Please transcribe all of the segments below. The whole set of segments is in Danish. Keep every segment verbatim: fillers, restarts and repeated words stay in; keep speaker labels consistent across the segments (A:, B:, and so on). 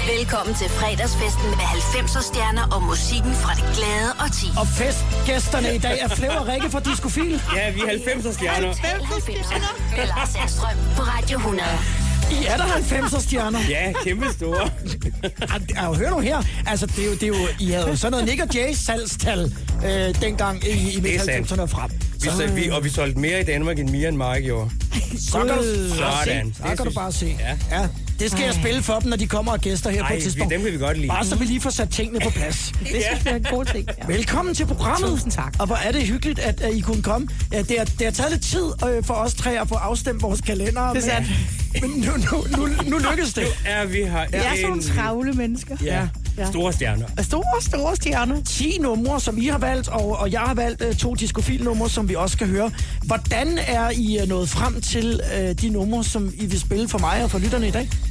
A: Velkommen til fredagsfesten med halvfemser stjerner og musikken fra det glade årti.
B: Og festgæsterne i dag er Flev og Rikke fra Discofil.
C: Ja, vi er halvfemser stjerner.
A: halvfemser med Lars Sandstrøm på Radio hundrede.
B: I er der halvfemser stjerner.
C: Ja, kæmpe store.
B: Ja, hør nu her. Altså, det er jo, det er jo, I havde jo sådan noget Nick og Jay salgstal øh, dengang i, i midt halvfemserne frem.
C: Vi så, vi, og vi solgte mere i Danmark, end Mia og Mike gjorde.
B: Så kan du,
C: Sådan.
B: så kan du bare se.
C: Ja.
B: Ja. Det skal jeg spille for dem, når de kommer og gæster her
C: Ej,
B: på et tidspunkt.
C: dem kan vi godt lide.
B: Bare så vi lige får sat tingene på plads.
D: Det synes jeg er en god ting. Ja.
B: Velkommen til programmet.
D: Tusind tak.
B: Og hvor er det hyggeligt, at, at I kunne komme. Ja, det, har, det har taget lidt tid øh, for os tre at få afstemt vores kalender.
D: Det er sandt.
B: Men nu, nu, nu, nu lykkes det.
C: Ja, vi har
D: Jeg er sådan nogle travle mennesker.
C: Ja,
D: Ja.
C: store stjerner.
D: Store, store stjerner.
B: ti numre, som I har valgt, og, og jeg har valgt uh, to Discofil-numre, som vi også skal høre. Hvordan er I uh, nået frem til uh, de numre, som I vil spille for mig og for lytterne i dag?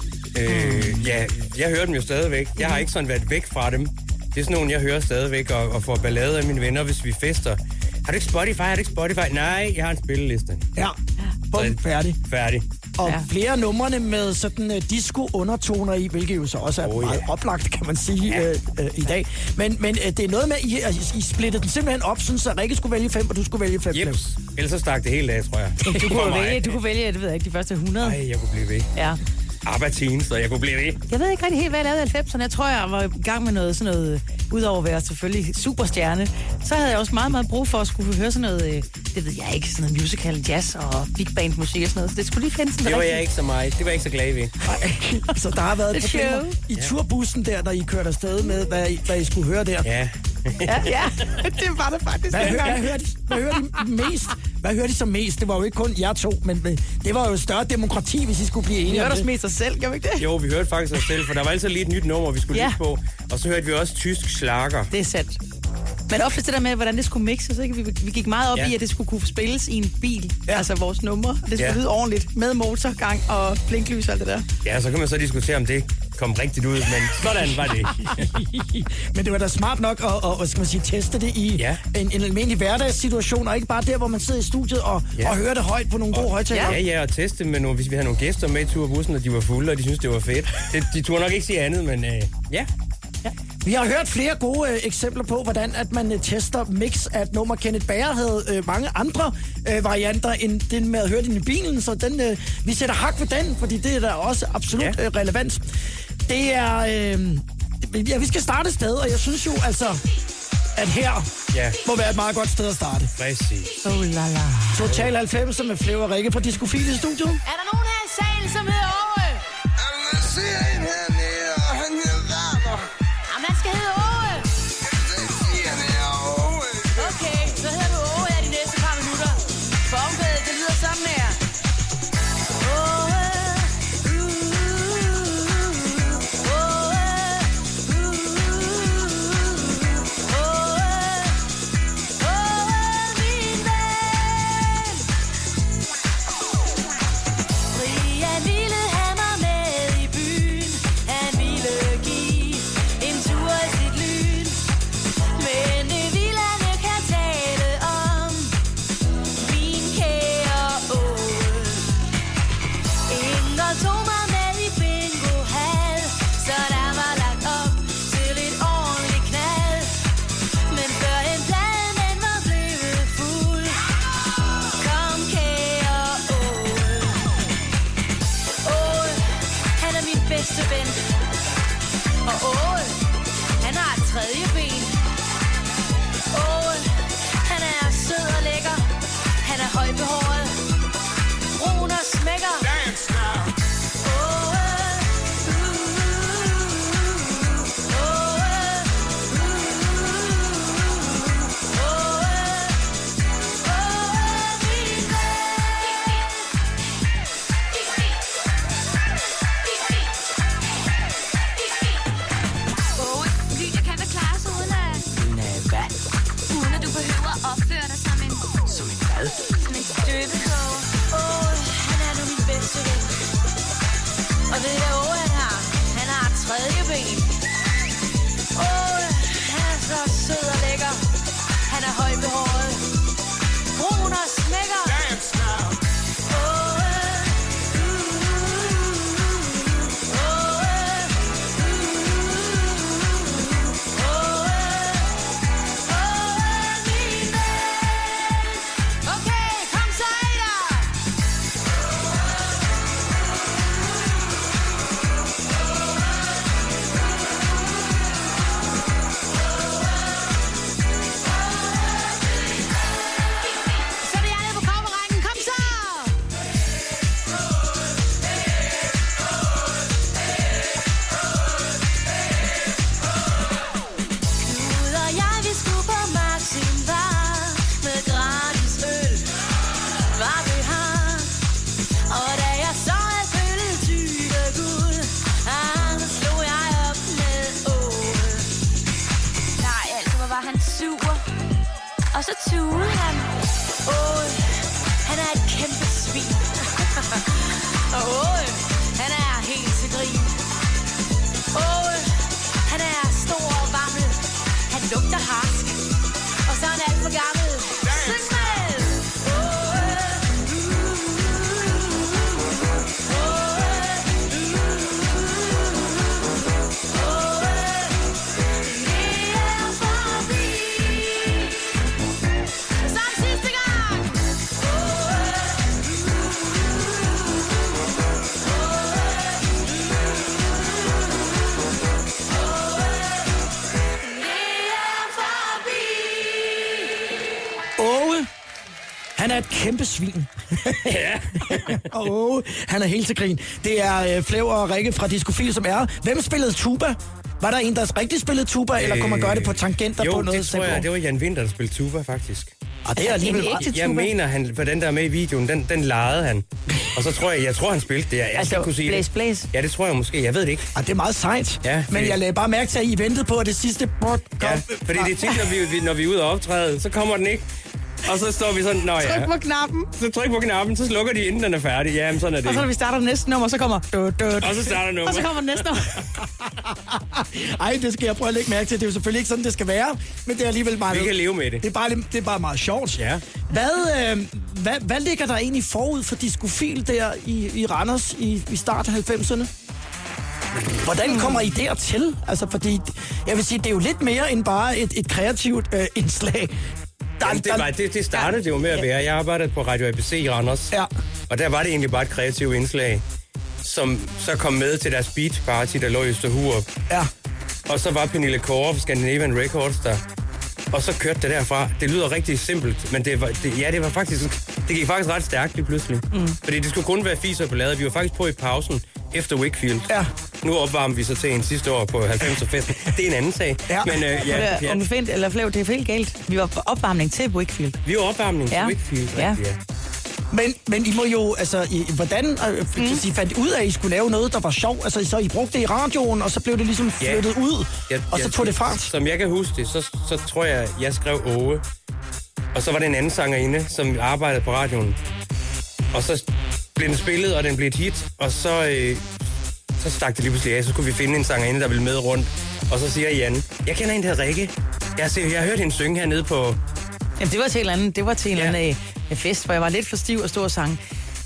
C: Øh, ja, jeg hører dem jo stadigvæk. Jeg har ikke sådan været væk fra dem. Det er sådan nogle, jeg hører stadigvæk, og, og får ballade af mine venner, hvis vi fester. Har du ikke Spotify? Har du ikke Spotify? Nej, jeg har en spilleliste.
B: Ja, bum, færdig.
C: Færdig.
B: Og
D: Ja.
B: flere numrene med sådan uh, disco-undertoner i, hvilket jo så også er
C: Oh,
B: oh, meget
C: ja.
B: oplagt, kan man sige,
C: Ja.
B: uh, uh, i dag. Men, men uh, det er noget med, at I, uh, I splittede den simpelthen op, sådan så Rikke skulle vælge fem, og du skulle vælge fem.
C: Jeps. Ellers så stak det hele af, tror jeg.
D: Du
C: For
D: kunne,
C: mig.
D: vælge, du kunne vælge, det ved jeg ikke, de første hundrede.
C: Ej, jeg kunne blive ved.
D: Ja.
C: Arbejdstiden, så jeg kunne blive ved.
D: Jeg ved ikke rigtig helt, hvad jeg lavede i halvfemserne. Jeg tror, jeg var i gang med noget, sådan noget, udover at være selvfølgelig superstjerne, så havde jeg også meget, meget brug for at skulle høre sådan noget, øh, det ved jeg ikke, sådan noget musical, jazz og big band musik og sådan noget. Så det skulle lige finde sådan
C: Det var
D: rigtigt.
C: jeg ikke så meget. Det var jeg ikke så glad ved.
B: Så der har været
D: The
B: problemer
D: show.
B: i turbussen der, da I kørte afsted med, hvad I, hvad I skulle høre der.
C: Ja.
D: Ja, ja, det var det faktisk.
B: Hvad, hør,
D: dengang.
B: hvad, hørte, hvad hørte I mest? Hvad hørte I så mest? Det var jo ikke kun jer to, men men det var jo et større demokrati, hvis I skulle blive
D: Vi
B: enige om
D: hørte os
B: det.
D: mest os selv, gjorde vi ikke det?
C: Jo, vi hørte faktisk os selv, for der var altid lige et nyt nummer, vi skulle
D: Ja.
C: lytte på. Og så hørte vi også tysk slager.
D: Det er sandt. Men ofte det der med, hvordan det skulle mixes, ikke? Vi, vi gik meget op
C: Ja.
D: i, at det skulle kunne spilles i en bil.
B: Ja.
D: Ja. Altså vores numre. Det skulle
C: Ja.
D: ja. lyde ordentligt. Med motorgang og blinklys og alt det der.
C: Ja, så kan man så diskutere, om det kom rigtigt ud, men sådan var det.
B: Men det var da smart nok at, at, hvad skal man sige, teste det i
C: Ja.
B: en, en almindelig hverdagssituation, og ikke bare der, hvor man sidder i studiet og,
C: Ja.
B: og hører det højt på nogle gode højtalere.
C: Ja, ja, og teste med nogle, hvis vi havde nogle gæster med i turbussen, og de var fulde, og de syntes, det var fedt. Det, de turde nok ikke sige andet, men øh, ja.
B: Vi har hørt flere gode øh, eksempler på, hvordan at man øh, tester mix af et nummer. Kenneth Bager havde øh, mange andre øh, varianter end den med at høre den i bilen, så den, øh, vi sætter hak ved den, fordi det er da også absolut
C: Ja.
B: øh, relevant. Det er... Øh, ja, vi skal starte et sted, og jeg synes jo altså, at her
C: Ja.
B: må være et meget godt sted at starte.
C: Præcis.
D: Oh la la.
B: Total halvfemser med Flev og Rikke fra Discofil i studiet.
E: Er der nogen her i salen, som hedder Åge?
F: Jamen, jeg ser en hernede, og han hedder Raber.
E: Jamen, han skal hedde Åge.
F: Det siger han er Åge.
E: Okay, så hedder du Åge her de næste par minutter. For omkvædet, det lyder sådan her. Åge, uh, Åge, uh, Åge, Åge, min ven. Brian ville have mig med i byen. Han ville give en tur i sit lyn. Men det ville han ikke have tale om. Min kære Åge. Inger tog mig med i bingohal, så der var lagt op til et ordentligt knald. Men før den plade, den var blevet fuld, kom kære Åge. Åge, han er min bedste ven. Og Åge, han har et tredje ben. Åge, han er sød og lækker. Han er højbehåret, brun og smækker.
F: Dance now.
E: Åge, uh, Åge, uh, Åge, Åge, min ven. Åge, lyder kan vel klare sig uden at...
C: Nej, hvad?
E: Uden at du behøver at opføre dig som en...
C: Som en hvad?
E: Som en støtte.
B: et kæmpe svin.
C: Ja.
B: Åh, oh, han er helt til grin. Det er øh, Flev og Rikke fra Discofil, som er. Hvem spillede tuba? Var der en, der rigtig spillede tuba, øh, eller kunne man gøre det på tangenter
C: jo,
B: på noget?
C: Jo, det tror jeg, det var Jan Winter, der spillede tuba, faktisk.
B: Og det er alligevel
D: en
B: ret.
D: ægte
C: Jeg
D: tuba.
C: mener, han, for den der er med i videoen, den, den legede han. Og så tror jeg, jeg tror, han spilte det. Jeg, jeg
D: Altså,
C: skal kunne sige
D: blæs,
C: det.
D: blæs.
C: Ja, det tror jeg måske. Jeg ved det ikke.
B: Og det er meget sejt.
C: Ja,
B: Men
C: fordi-
B: jeg lagde bare mærke til, at I ventede på, at det sidste bort kom.
C: Ja, fordi det er tit, når vi, vi- når vi er ude og optræde, så kommer den ikke. Og så står vi sådan, nå ja.
D: Tryk på knappen.
C: Så tryk på knappen, så slukker de, inden den er færdig. Ja, men sådan er det
D: Og så når
C: ikke.
D: vi starter det næste nummer, så kommer... Død, død.
C: Og så starter nummer.
D: Og så kommer det næste nummer.
B: Ej, det skal jeg prøve at lægge mærke til. Det er jo selvfølgelig ikke sådan, det skal være, men det er alligevel meget...
C: Vi kan leve med det.
B: Det er bare, det er bare meget sjovt.
C: Ja.
B: Hvad, øh, hvad, hvad ligger der egentlig forud for Discofil der i, i Randers i, i start af halvfemserne? Hvordan kommer I dertil? Altså, fordi, jeg vil sige, det er jo lidt mere end bare et, et kreativt øh, indslag. Der,
C: Jamen, det, var, det, det startede det jo med at være. Jeg arbejdede på Radio A B C i Randers.
B: Ja.
C: Og der var det egentlig bare et kreativt indslag, som så kom med til deres beach party, der lå i Østerhurup.
B: Ja.
C: Og så var Pernille Kåre fra Scandinavian Records der. Og så kørte det derfra. Det lyder rigtig simpelt, men det var, det, ja, det var faktisk, det gik faktisk ret stærkt lige pludselig. Mm. Fordi det skulle kun være fis og ballade. Vi var faktisk på i pausen efter Wakefield.
B: Ja.
C: Nu opvarmer vi så til en sidste år på halvfemser-festen. Det er en anden sag.
B: Ja.
C: Men øh, ja,
D: Ja,
C: ja,
D: Unge Fint eller Flev, det er helt galt. Vi var på opvarmning til Wakefield.
C: vi var opvarmning til
D: Ja.
C: Wakefield.
D: Ja.
C: Rigtig, ja.
B: Men, men I må jo, altså, I, hvordan øh, mm. I fandt ud af, at I skulle lave noget, der var sjovt? Altså, så I brugte det i radioen, og så blev det ligesom
C: Ja.
B: flyttet ud,
C: Jeg-
B: og så
C: jeg-
B: tog det fart?
C: Som jeg kan huske det, så, så tror jeg, jeg skrev Åge. Og så var det en anden sangerinde, som arbejdede på radioen. Og så blev den spillet, og den blev et hit. Og så, øh, så stak det lige pludselig af. Så skulle vi finde en sangerinde, der ville med rundt. Og så siger Jan, jeg kender en, der hedder Rikke. Jeg har, set, jeg har hørt hende synge hernede på...
D: Jamen, det var til en eller anden, det var til en
C: Ja.
D: eller anden øh, fest, hvor jeg var lidt for stiv og stod og sang.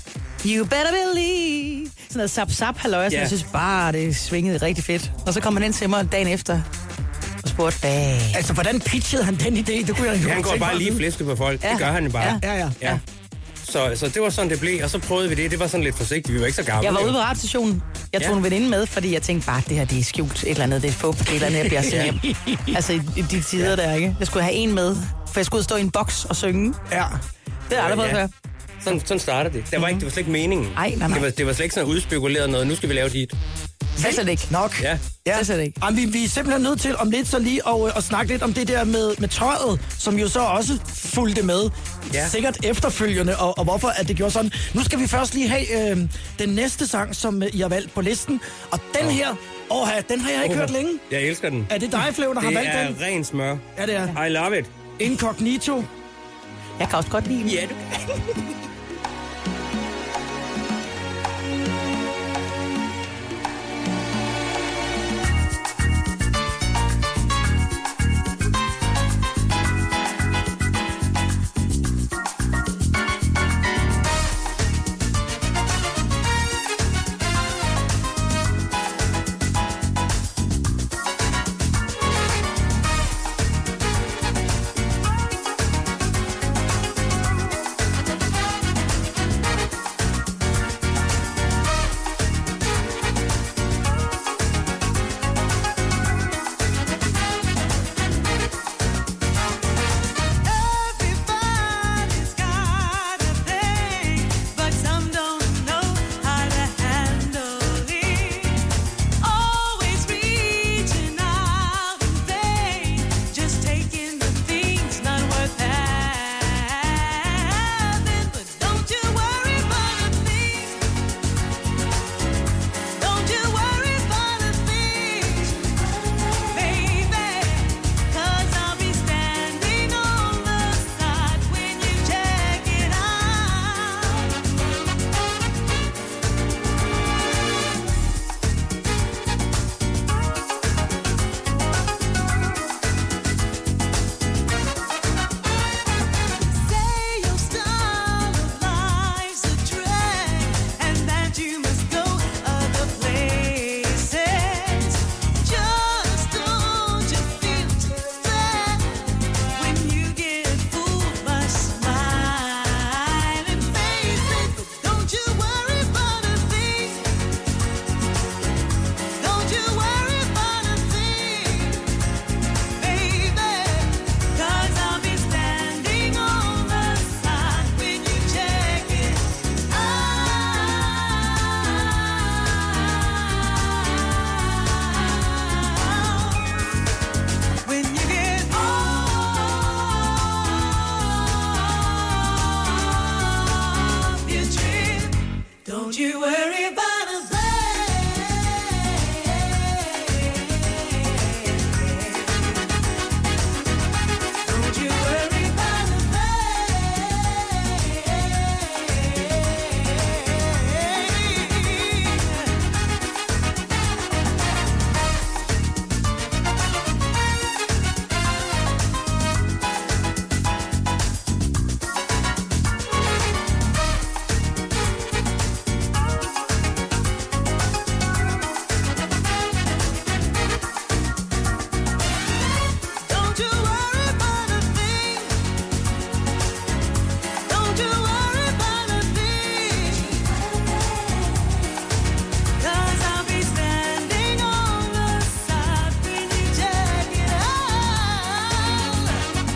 D: You better believe. Sådan noget sap-sap, halløj. Så
C: Ja.
D: jeg synes bare, det svingede rigtig fedt. Og så kom han ind til mig dagen efter og spurgte, hvad?
B: Altså, hvordan pitchede han den idé? Det kunne jeg jo
C: Han går
B: tænke mig
C: bare
B: at
C: lige
B: vide.
C: flæske på folk.
D: Ja.
C: Det gør han bare.
B: Ja, ja.
C: ja. Så, så det var sådan, det blev. Og så prøvede vi det. Det var sådan lidt forsigtigt. Vi var ikke så gamle.
D: Jeg var
C: jo.
D: ude på radiostationen. Jeg tog
C: Ja.
D: en veninde med, fordi jeg tænkte bare, det her det er skjult. Et eller andet, det er fup, det er et eller andet, jeg bliver sendt hjem. Altså i, i de tider ja. der, ikke? Jeg skulle have en med, for jeg skulle ud og stå i en boks og synge.
B: Ja.
D: Det har jeg aldrig prøvet
C: Ja.
D: før.
C: Sådan, sådan startede det. Der var ikke, det var slet ikke meningen.
D: Ej, nej, nej.
C: Det var, det var slet ikke sådan udspekuleret noget. Nu skal vi lave dit.
D: Det er slet ikke.
B: Nok.
C: Ja.
B: Ja.
D: Det er det ikke.
B: Jamen, vi, vi er simpelthen nødt til om lidt så lige at, at snakke lidt om det der med, med tøjet, som jo så også fulgte med.
C: Ja.
B: Sikkert efterfølgende, og, og hvorfor at det gjorde sådan. Nu skal vi først lige have øh, den næste sang, som øh, I har valgt på listen. Og den her, åh, den har jeg ikke hørt længe.
C: Jeg elsker den.
B: Er det dig, Flev, der har
C: Det
B: valgt
C: er
B: den?
C: ren smør.
B: Ja, det er.
C: I love it.
B: Incognito.
D: Jeg kan også godt lide den.
C: Ja, du
E: Don't you worry about a thing. Don't you worry about a Don't you worry about a thing. Don't you worry about a thing. 'Cause I'll be standing on the side when you check it out.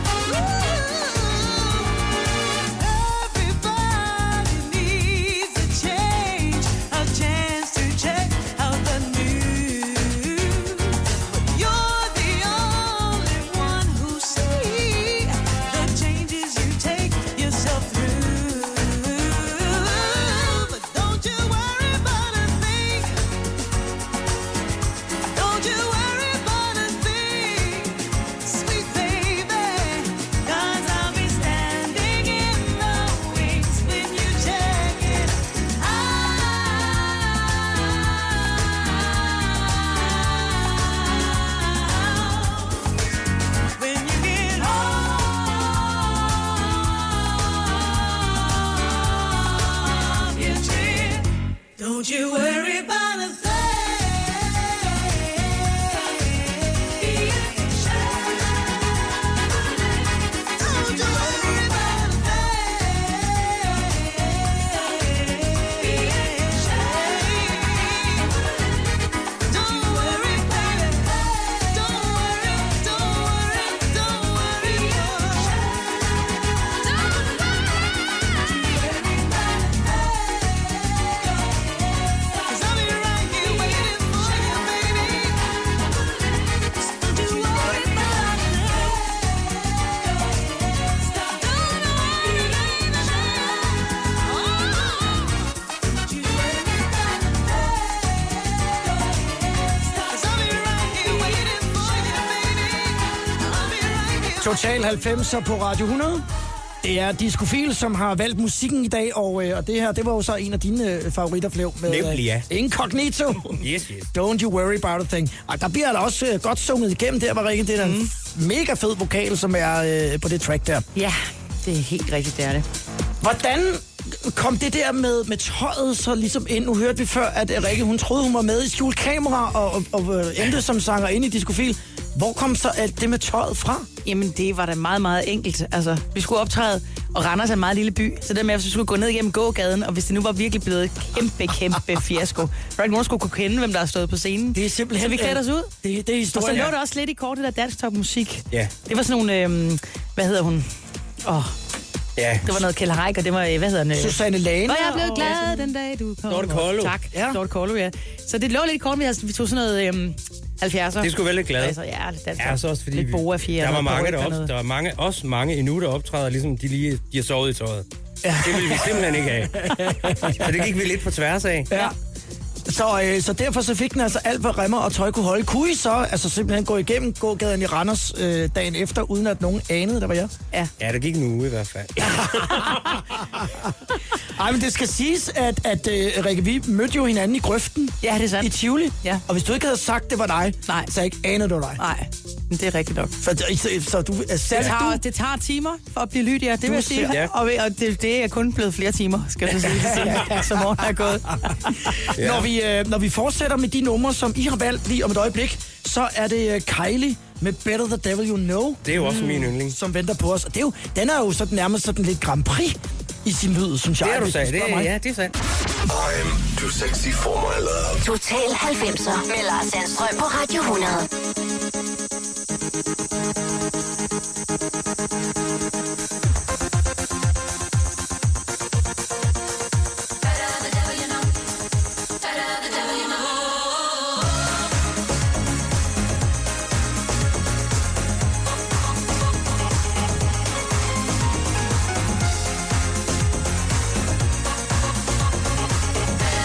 E: Everybody needs a change, a chance to check out the news. You're the only one who see the changes you take yourself through. But don't you worry about a thing. Don't you worry about a thing, sweet baby. 'Cause I'll be standing in the wings when you check it out. When you get off your trip, don't you worry about a thing. Don't you worry about a thing. Don't worry, baby. Don't worry, don't worry, don't worry. Don't worry about a thing. 'Cause I'll be right here waiting for you, baby. Don't you worry about a thing. Don't worry, baby. Don't you worry about a thing. 'Cause I'll be right here waiting for you, baby. I'll be right here.
B: Total halvfemser på Radio hundrede. Det er Discofil, som har valgt musikken i dag, og, øh, og det her, det var jo så en af dine øh, favoritter, Flev, med
C: Nemlig, ja.
B: Incognito.
C: Yes, yes.
B: Don't you worry about a thing. Og der bliver der også øh, godt sunget igennem der, var Rikke. Det er en mm. mega fed vokal, som er øh, på det track der.
D: Ja, det er helt rigtigt, det er det.
B: Hvordan kom det der med, med tøjet så ligesom ind? Nu hørte vi før, at øh, Rikke, hun troede, hun var med i skjult kamera, og, og, og øh, endte som sanger inde i Discofil. Hvor kom så alt det med tøjet fra?
D: Jamen, det var da meget, meget enkelt. Altså, vi skulle optræde, og Randers er en meget lille by, så det med, at vi skulle gå ned igennem gågaden, og hvis det nu var virkelig blevet et kæmpe, kæmpe fiasko, så var ikke nogen, der skulle kunne kende, hvem der har stået på scenen.
B: Det er simpelthen...
D: Så vi klædte os ud.
B: Det, det er
D: Og
B: historien.
D: så lå det også lidt i kortet der dansk top musik.
C: Ja.
D: Det var sådan nogle, øhm, hvad hedder hun? Åh, oh,
C: Ja.
D: det var noget Kjell Haik, og det var, øh, hvad hedder den? Øh,
B: Susanne Lane.
D: Og jeg blev glad den dag, du kom.
C: Dorte Kollo.
D: Tak,
B: Ja.
D: ja. Dorte Kollo, ja. Så det lå lidt i kortet, vi, havde, vi tog sådan noget øhm, halvfjerdser.
C: Det skulle være lidt glad.
D: Altså, ja, lidt dansk.
C: Ja, så også fordi
D: lidt
C: vi,
D: Boa fire.
C: der var mange, der,
D: der
C: op, der var mange, også mange endnu, der optræder, ligesom de lige de har sovet i tøjet.
B: Ja.
C: Det ville vi simpelthen ikke have. Så det gik vi lidt på tværs af.
B: Ja. Så, øh, så derfor så fik den altså alt, hvad remmer og tøj kunne holde. Kunne I så altså simpelthen gå igennem gågaden i Randers øh, dagen efter, uden at nogen anede, der var jeg?
D: Ja.
C: Ja, der gik en uge i hvert fald.
B: Ej, men det skal siges, at, at øh, Rikke, vi mødte jo hinanden i grøften.
D: Ja, det er sandt.
B: I Tivoli.
D: Ja.
B: Og hvis du ikke havde sagt, det var dig,
D: Nej.
B: så ikke anede du dig.
D: Nej, men det er rigtigt nok.
B: Så, så, så du,
D: Det
B: selv
D: tager,
B: du,
D: det tager timer for at blive lydig, det vil jeg sige.
C: Ja.
D: Og, og det, det er kun blevet flere timer, skal jeg sige, så morgen er gået.
C: Ja.
B: når, vi, øh, når vi fortsætter med de numre, som I har valgt lige om et øjeblik, så er det øh, Kylie med Better the Devil You Know,
C: Det er jo også min yndling.
B: som venter på os. Og det er jo, den er jo sådan nærmest sådan lidt Grand Prix i sin lyd, synes jeg.
C: Det har du
B: hvis
C: sagt. Det,
B: spørger mig.
C: ja, det er sandt.
F: I'm too sexy for my love.
A: Total halvfemser med Lars Sandstrøm på Radio hundrede.
E: Better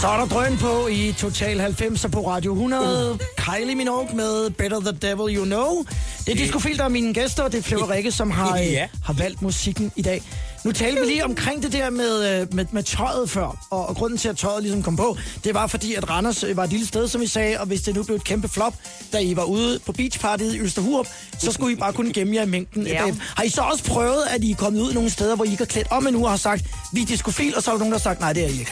B: er der drøn på i Total halvfemser på Radio hundrede. Kylie Minogue med Better the Devil You Know. Det er Discofil, der er mine gæster, og det er Frederikke, som har,
C: Ja.
B: øh, har valgt musikken i dag. Nu talte vi lige omkring det der med, øh, med, med tøjet før, og, og grunden til, at tøjet ligesom kom på, det var fordi, at Randers øh, var et lille sted, som I sagde, og hvis det nu blev et kæmpe flop, da I var ude på beachpartiet i Østerhurup, så skulle I bare kunne gemme jer i mængden.
D: Ja.
B: Ja. Har I så også prøvet, at I er kommet ud nogle steder, hvor I ikke har klædt om en uge og har sagt, vi er Discofil, og så er der nogen, der har sagt, nej, det er I ikke.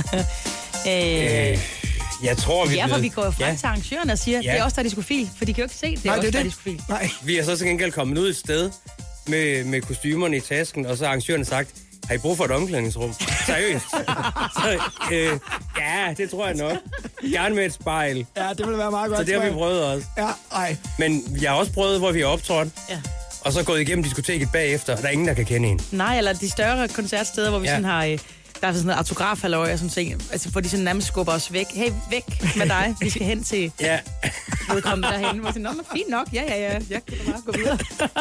D: Øh,
C: Øh, jeg tror, vi
D: ja, for
C: blevet-
D: vi går jo frem
C: Ja.
D: til arrangørerne og siger,
C: Ja.
D: det er også der er Discofil, for de kan jo ikke se, det er
B: Nej,
D: også
B: det
D: der
B: er
D: er
B: det.
D: Discofil.
B: Nej.
C: Vi er så til gengæld kommet ud et sted med, med kostymerne i tasken, og så har arrangørerne sagt, har I brug for et omklædningsrum? Seriøst? så, øh, ja, det tror jeg nok. Gerne med et spejl.
B: Ja, det ville være meget godt.
C: Så det har
B: tror
C: vi
B: jeg.
C: prøvet også.
B: Ja, ej.
C: Men jeg har også prøvet, hvor vi har optrådt,
D: Ja.
C: og så gået igennem diskoteket bagefter, og der er ingen, der kan kende en.
D: Nej, eller de større koncertsteder, hvor vi
C: Ja.
D: ja. sådan har... øh, Der er sådan noget autografhalløj og sådan ting. Altså, hvor de sådan nærmest skubber os væk. Hey, væk med dig. Vi skal hen til
C: Ja,
D: vedkommende derhen. Hvor vi siger, nå, men fint nok. Ja, ja, ja. Jeg kan da bare gå videre.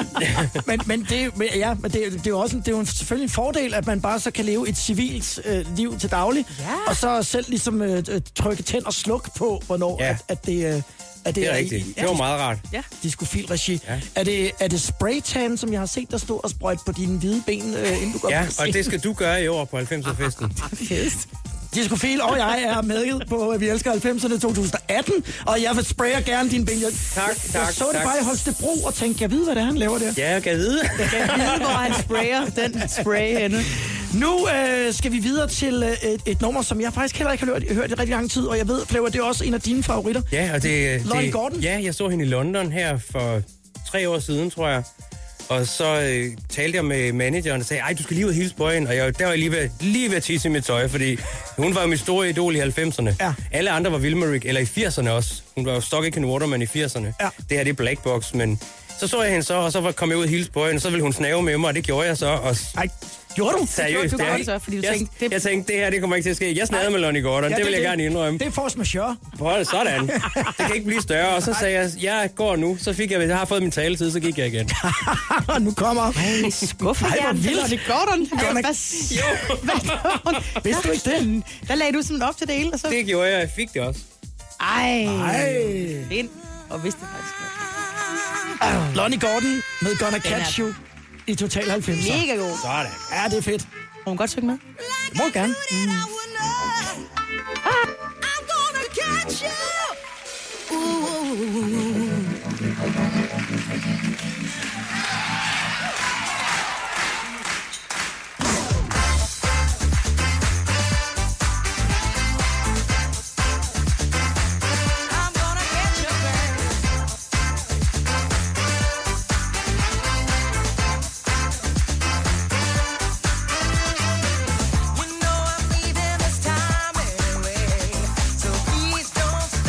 B: Men, men, det, men, ja, men det, det er jo også en, det er jo en, selvfølgelig en fordel, at man bare så kan leve et civilt øh, liv til daglig,
D: Ja.
B: og så selv ligesom øh, øh, trykke tænd og sluk på, hvornår
C: Ja.
B: at, at det, øh, at
C: det er
B: i-
C: rigtigt.
B: i-
C: Det var meget rart.
D: Ja.
B: Discofil-regi.
C: Ja.
B: Er, det, er det spraytan, som jeg har set, der stod og sprøjt på dine hvide ben, øh, inden du går
C: Ja,
B: på
C: og
B: scenen?
C: det skal du gøre i år på halvfemser-festen.
D: Fedest.
B: Discofil og jeg er med på øh, Vi elsker halvfemserne to tusind atten, og jeg vil sprayer gerne dine ben. Jeg,
C: Tak,
B: jeg,
C: tak,
B: jeg så det
C: tak.
B: bare i Holstebro og tænkte, jeg ved, hvad det er, han laver der.
C: Ja, jeg kan vide.
D: Jeg ved, hvor han sprayer den spray henne.
B: Nu øh, skal vi videre til øh, et, et nummer, som jeg faktisk heller ikke har hørt, hørt i rigtig lang tid, og jeg ved, Flever, det er også en af dine favoritter.
C: Ja, og det...
B: Lonnie
C: det
B: Gordon?
C: Ja, jeg så hende i London her for tre år siden, tror jeg. Og så øh, talte jeg med manageren og sagde, ej, du skal lige ud og hilse på hende. Og jeg, der var jeg lige ved, lige ved at tisse i mit tøj, fordi hun var jo mit store idol i halvfemserne.
B: Ja.
C: Alle andre var Vilmerik, eller i firserne også. Hun var jo Stock and Waterman i firserne.
B: Ja.
C: Det her, det er Black Box, men... Så så jeg hende så, og så var- kom jeg ud og hilse på hende, og så ville hun snave med mig, og det gjorde jeg så. Og
B: Ej, gjorde du?
C: seriøst,
D: du
C: det er-
D: gjorde det så, fordi du
C: jeg,
D: tænkte, det-
C: jeg tænkte, det her, det kommer ikke til at ske. Jeg snavede med Lonnie Gordon,
B: Ja,
C: det vil jeg gerne indrømme.
B: Det er force majeure.
C: Prøv sådan. Det kan ikke blive større. Og så sagde jeg, jeg går nu. Så fik jeg, jeg har fået min taletid, så gik jeg igen.
B: Og nu kommer...
D: Ej, skuffer
B: Ej, hvor
D: jeg.
B: vildt.
D: Det Gordon.
B: Godt nok.
D: Hvad, jo. Hvad
B: Vidste du ikke det?
D: Der lagde du sådan op til det hele, og så...
C: Det gjorde jeg, jeg fik det også.
D: Ej.
B: Ej.
D: Ind. Og vidste det faktisk godt.
B: Lonnie Gordon med Gonna Catch You i Total halvfemser.
D: Mega god.
C: Sådan.
B: Ja, det er fedt.
D: Må hun godt synge med?
B: Må gerne.
F: I'm gonna catch you. Ooh. I'm gonna catch you, girl. We know I'm leaving this time anyway, so please don't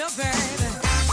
E: you, baby.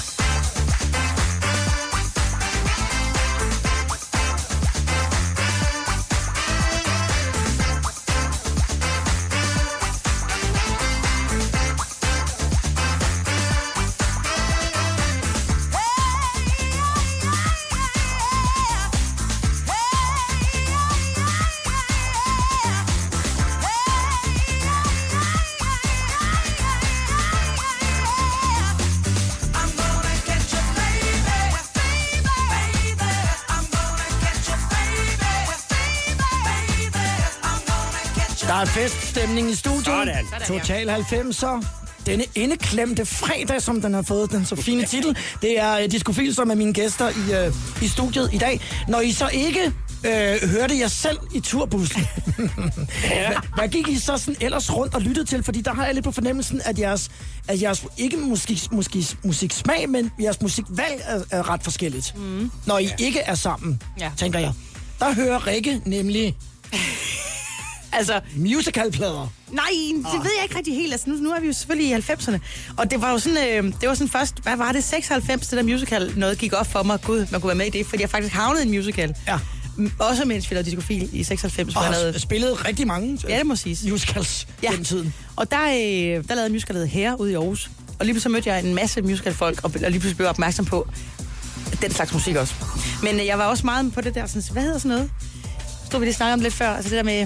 B: Der er feststemning i studiet.
C: Sådan.
B: Total halvfemser. Denne indeklemte fredag, som den har fået den så fine titel, det er uh, Discofil, som er mine gæster i, uh, i studiet i dag. Når I så ikke uh, hørte jer selv i turbussen, ja. hvad gik I så sådan ellers rundt og lyttede til? Fordi der har jeg lidt på fornemmelsen, at jeres, at jeres ikke musik, musik, musiksmag, men jeres musikvalg er, er ret forskelligt. Mm. Når I ja. ikke er sammen, ja. tænker jeg. Der hører Rikke nemlig...
D: Altså,
B: musicalplader.
D: Nej, det ved jeg ikke rigtig helt. Altså, nu, nu er vi jo selvfølgelig i halvfemserne. Og det var jo sådan, øh, det var sådan først, hvad var det, seksoghalvfems, det der musical, noget gik op for mig. Gud, man kunne være med i det, fordi jeg faktisk havnede i en musical. Ja. Også mens vi lavede Discofil i seksoghalvfems.
B: Og havde spillet rigtig mange
D: ja, det må siges.
B: musicals ja. den tiden.
D: Og der, øh, der lavede jeg musicalet Her ude i Aarhus. Og lige pludselig mødte jeg en masse musicalfolk, og, og lige pludselig blev jeg opmærksom på den slags musik også. Men øh, jeg var også meget på det der, sådan, hvad hedder sådan noget? Stod vi lige snakke om lidt før, altså det der med...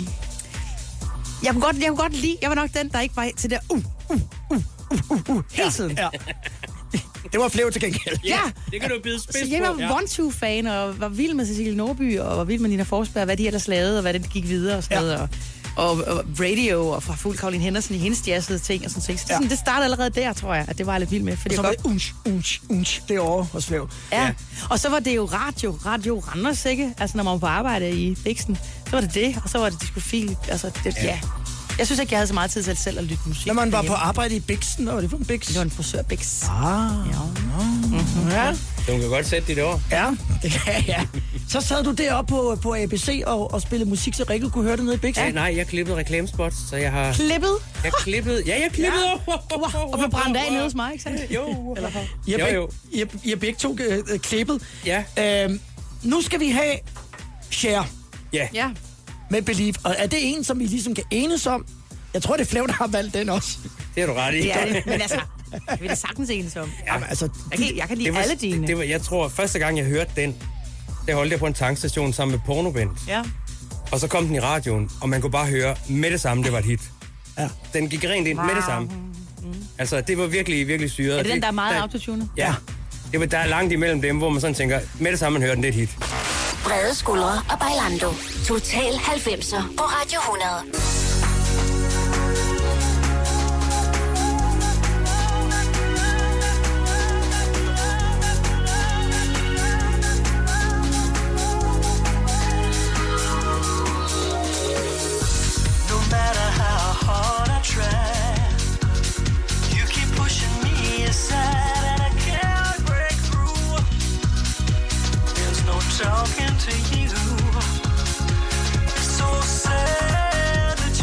D: Jeg kunne, godt, jeg kunne godt lide, jeg var nok den, der ikke var til der uh, uh, uh, uh, uh, uh, hele tiden. Ja,
B: ja. Det var flæv til gengæld.
C: Ja, det kan du bide spids på.
D: Så jeg var ja. one-two-fan, og var vild med Cecilie Norby, og var vild med Nina Forsberg, hvad de ellers lavede, og hvad det gik videre og sådan ja. noget. Og, og, og radio, og fra fuld Caroline Henderson i hendes jazzede ting og sådan noget. Så ja. det startede allerede der, tror jeg, at det var jeg lidt vild med. Fordi
B: og så var det unch, unch, unch, det over hos Flæv.
D: Ja. ja, og så var det jo radio, radio Randers, ikke? Altså, når man var på arbejde i Bixen, så var det det, og så var det Discofil, altså, det, ja. ja. Jeg synes ikke, jeg havde så meget tid til selv at lytte musik.
B: Når man var på arbejde i Bixen, hvad var det for en Bix?
D: Det var en frisør-Bix.
B: Ah, ja. Mm-hmm. ja.
C: Du kan godt sætte dit ord.
B: Ja, det kan jeg. Så sad du deroppe på, på A B C og, og spillede musik, så Rikke kunne høre det nede i Bixen?
C: Ja, nej, jeg klippede reklamespots, så jeg har...
D: Klippet?
C: Jeg klippede, ja, jeg klippede.
D: Ja. Wow. Og blev brændt af nede hos mig, ikke sandt?
C: Jo.
D: Eller
B: I har
C: jo, jo.
B: begge, I har begge to uh, klippet.
C: Ja.
B: Øhm, nu skal vi have Cher.
C: Ja.
D: Ja.
B: Med Believe. Og er det en, som vi ligesom kan enes om? Jeg tror, det er Flæv, der har valgt den også.
C: Det er du ret i.
D: Det er det, men altså, jeg vil da sagtens enes om.
B: Ja, men altså...
D: Jeg kan, jeg kan lide
C: det var,
D: alle dine.
C: Det, det var, jeg tror, første gang, jeg hørte den, det holdt jeg på en tankstation sammen med Pornobent.
D: Ja.
C: Og så kom den i radioen, og man kunne bare høre med det samme, det var et hit. Ja. Den gik rent ind wow. med det samme. Mm. Altså, det var virkelig, virkelig syret.
D: Er det den, der er meget
C: der,
D: autotunet?
C: Ja. Det var, der er langt imellem dem, hvor man sådan tænker, med det samme, man hører den, det er et hit.
A: Brede skuldre og Bailando. Total halvfemser på Radio hundrede.
G: Talking to you, it's so sad that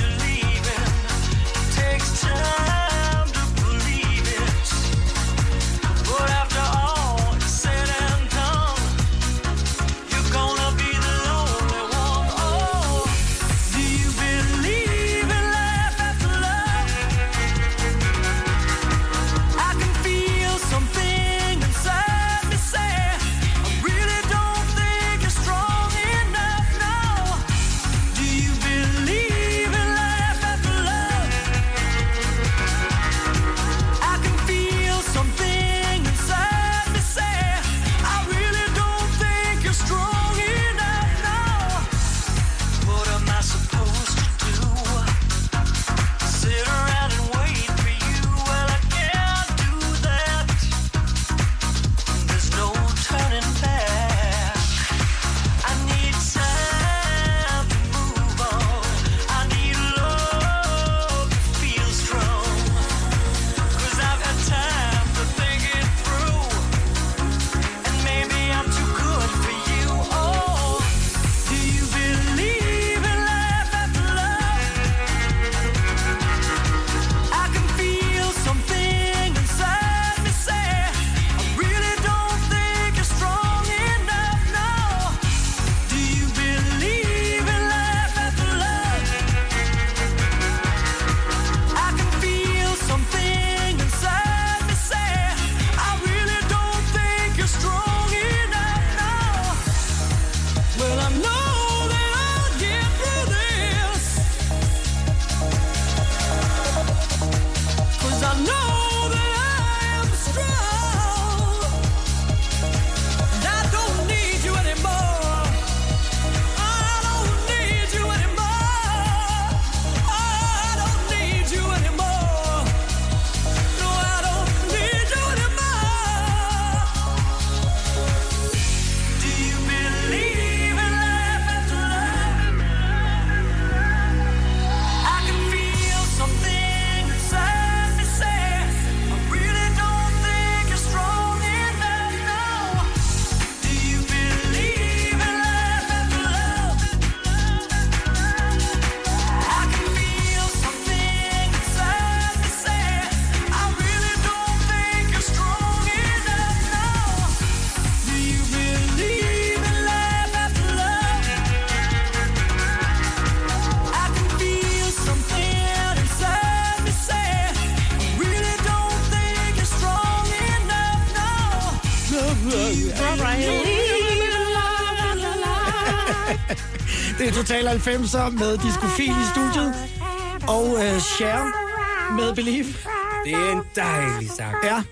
B: Det er Total halvfemser med Discofil i studiet. Og øh, Cher med Believe.
C: Det er en dejlig sang.
B: Ja.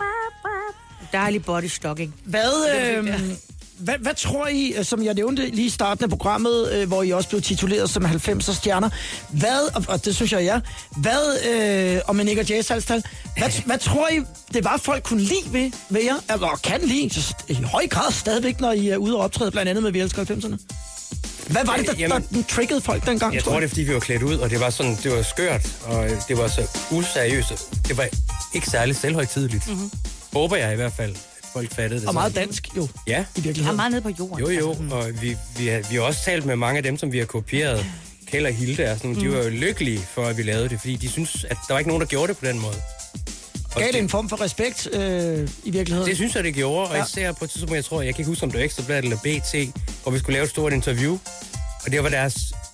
D: Dejlig body stocking.
B: Hvad, øh, hvad, hvad tror I, som jeg nævnte lige i starten af programmet, øh, hvor I også blev tituleret som halvfemser stjerner, hvad, og, og det synes jeg, ja, hvad, øh, om man ikke er jazz-halstal, hvad, hvad tror I, det var, folk kunne lide ved, ved jer, eller kan lide, så i høj grad stadigvæk, når I er ude og optræde, blandt andet med Vi elsker halvfemserne? Hvad var det, der,
C: Jamen,
B: der triggede folk dengang?
C: Jeg tror, det er, fordi vi var klædt ud, og det var sådan, det var skørt, og det var så useriøst. Det var ikke særlig selvhøjtideligt. Mm-hmm. Håber jeg i hvert fald, at folk fattede det.
B: Og meget
C: sådan.
B: dansk, jo.
C: Ja.
B: I virkeligheden.
D: Jeg er meget nede på jorden.
C: Jo, jo, og vi, vi, har, vi har også talt med mange af dem, som vi har kopieret. Kjeld og Hilde og sådan, mm. de var jo lykkelige for, at vi lavede det, fordi de synes, at der var ikke nogen, der gjorde det på den måde. Og
B: Gav det
C: det
B: en form for respekt øh, i virkeligheden?
C: Det synes jeg, det gjorde, og
B: Ja.
C: især på et tidspunkt, jeg tror, jeg kan ikke huske, om det var Ekstrabladet eller B T, hvor vi skulle lave et stort interview, og det var deres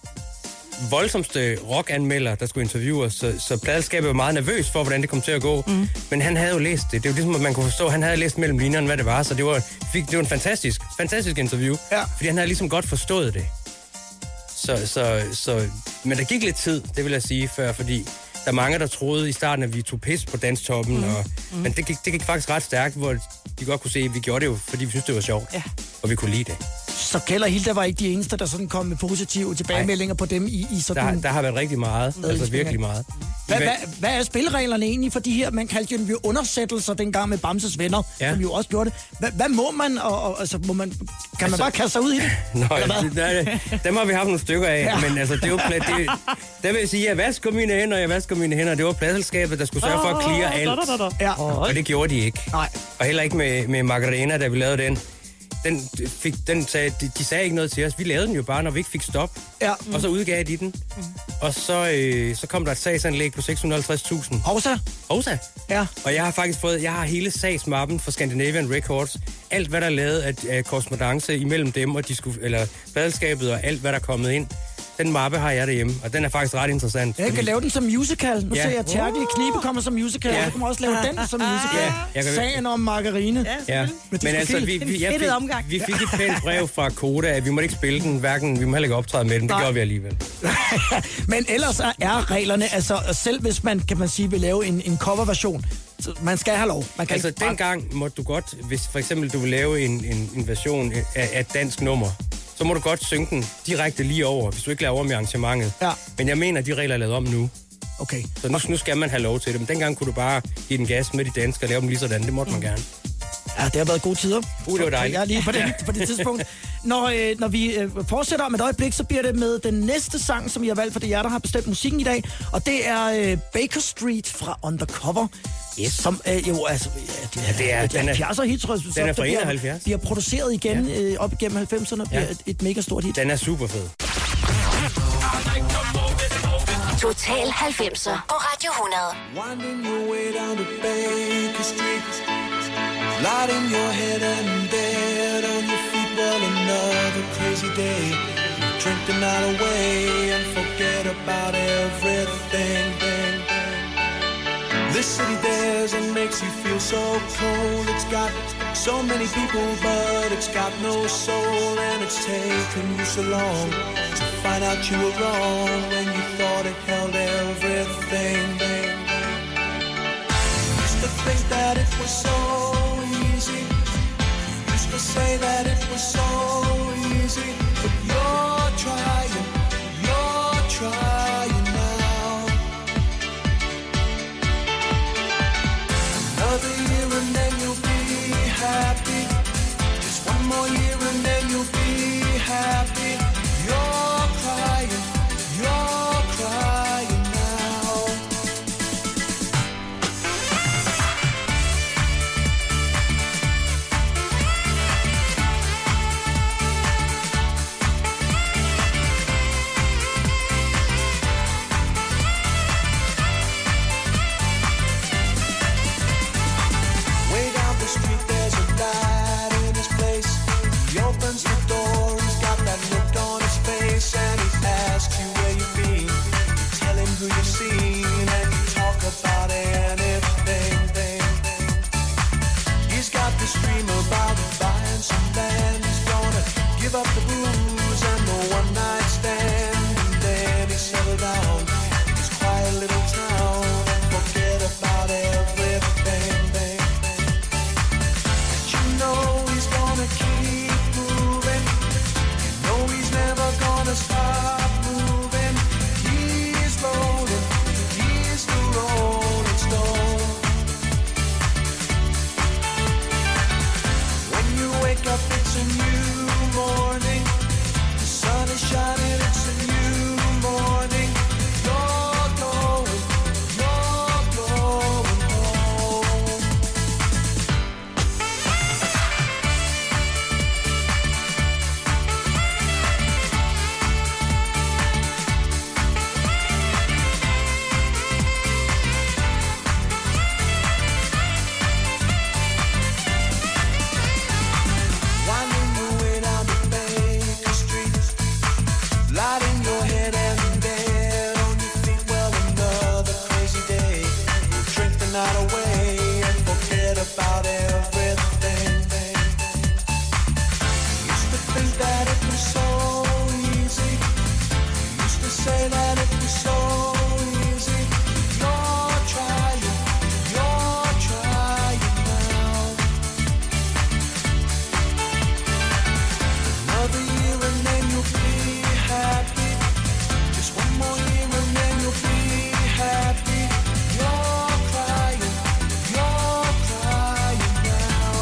C: voldsomste rockanmelder, der skulle interviewe os, så, så pladeselskabet var meget nervøs for, hvordan det kom til at gå. Mm. Men han havde jo læst det. Det er jo ligesom, at man kunne forstå, at han havde læst mellem linjerne, hvad det var, så det var, det var en fantastisk, fantastisk interview,
B: Ja.
C: fordi han havde ligesom godt forstået det. Så, så, så, men der gik lidt tid, det vil jeg sige, før, fordi der er mange, der troede i starten, at vi tog pis på danstoppen, mm. og, mm. men det gik, det gik faktisk ret stærkt, hvor de godt kunne se, at vi gjorde det jo, fordi vi synes det var sjovt,
D: Ja.
C: og vi kunne lide det.
B: Så Kjeld og Hilda var ikke de eneste, der sådan kom med positive tilbagemeldinger på dem i, i sådan...
C: Der, der har været rigtig meget,
B: Noget
C: altså
B: indspil,
C: virkelig
B: ja.
C: meget.
B: Hvad, hvad, hvad er spillereglerne egentlig for de her, man kaldte jo undersættelser dengang med Bamses venner,
C: Ja.
B: som jo også gjorde det. Hvad, hvad må man, og, og altså, må man, kan man
C: Altså-
B: bare kaste sig ud i det?
C: Nå,
B: Eller hvad?
C: ja, dem har vi haft nogle stykker af,
B: Ja.
C: ja. Men altså, det er jo pla- det, der vil jeg sige, at jeg vasker mine hænder, jeg vasker mine hænder. Det var pladselskabet, der skulle sørge for at clear alt.
B: Ja.
C: Og det gjorde de ikke.
B: Nej.
C: Og heller ikke med, med Macarena, da vi lavede den. Den fik, den sagde, de, de sagde ikke noget til os. Vi lavede den jo bare, når vi ikke fik stop.
B: Ja.
C: Og så udgav de den. Mm. Og så, øh, så kom der et sagsanlæg på seks hundrede og halvtreds tusind.
B: Hovsa?
C: Hovsa.
B: Ja.
C: Og jeg har faktisk fået, jeg har hele sagsmappen fra Scandinavian Records. Alt, hvad der er lavet af, af korrespondance imellem dem og disku, eller pladselskabet og alt, hvad der er kommet ind. Den mappe har jeg derhjemme, og den er faktisk ret interessant.
B: Jeg kan
C: fordi-
B: lave den som musical. Nu
C: Ja.
B: ser jeg, at Terkel i Knibe kommer som musical.
C: Ja.
B: Jeg kan også lave den som musical.
C: Ja, jeg kan-
B: Sagen om margarine.
C: Ja,
B: Men
C: men
B: det er
C: altså,
B: fint.
C: vi, vi, jeg
D: fedtet
C: fik,
D: omgang.
C: vi fik et pænt brev fra Koda, at vi måtte ikke spille den, hverken, vi må heller ikke optræde med den, det
B: Nej.
C: gjorde vi alligevel.
B: Men ellers er- er reglerne, altså selv hvis man, kan man sige, vil lave en, en coverversion, så man skal have lov. Man kan
C: Altså,
B: ikke bare-
C: dengang måtte du godt, hvis for eksempel du vil lave en, en, en version af, af et dansk nummer, så må du godt synge den direkte lige over, hvis du ikke laver om i arrangementet.
B: Ja.
C: Men jeg mener, at de regler er lavet om nu.
B: Okay.
C: Så nu, nu skal man have lov til det. Men dengang kunne du bare give den gas med de danske og lave dem lige sådan. Det måtte man gerne.
B: Ja, det har været gode tider.
C: Uh, det var dejligt.
B: Ja, lige på det, på det tidspunkt. Når, øh, når vi øh, fortsætter om et øjeblik, så bliver det med den næste sang, som I har valgt, for det er jer, der har bestemt musikken i dag. Og det er øh, Baker Street fra Undercover.
C: Yes.
B: Som øh, jo, altså... Ja, det er,
C: Ja, det er-
B: et
C: den er-
B: halvfjerdser hit, tror jeg. så
C: den er
B: det
C: fra
B: bliver-
C: enoghalvfjerds.
B: Bliver produceret igen ja. øh, op igennem halvfemserne og bliver
C: Ja.
B: et, et mega stort hit.
C: Den er super fed.
A: Total halvfemser på Radio hundrede.
F: Winding your way down to Baker Street, lighting your head and bed on your feet. Well, another crazy day. Drink the night away and forget about everything. This city dares and makes you feel so cold. It's got so many people, but it's got no soul. And it's taken you so long to find out you were wrong when you thought it held everything. Used to think that it was so easy. Used to say that it was so easy. But you're trying, you're trying now. Another year and then you'll be happy. Just one more year and then you'll be happy. You're crying, you're crying now. gonna stop moving. Keys rolling, keys to Rolling Stone. When you wake up, it's a new morning. The sun is shining, it's a new morning. You're going, you're going home. Winding your way down to Baker Street, light in your head and dead on your feet. Well, another crazy day. We'll drink the night away and forget about everything. Used to think that it was so easy. Used to say that it was so easy. You're trying, you're trying now. Another year and then you'll be happy. Just one more year and then you'll be happy. You're crying, you're crying now.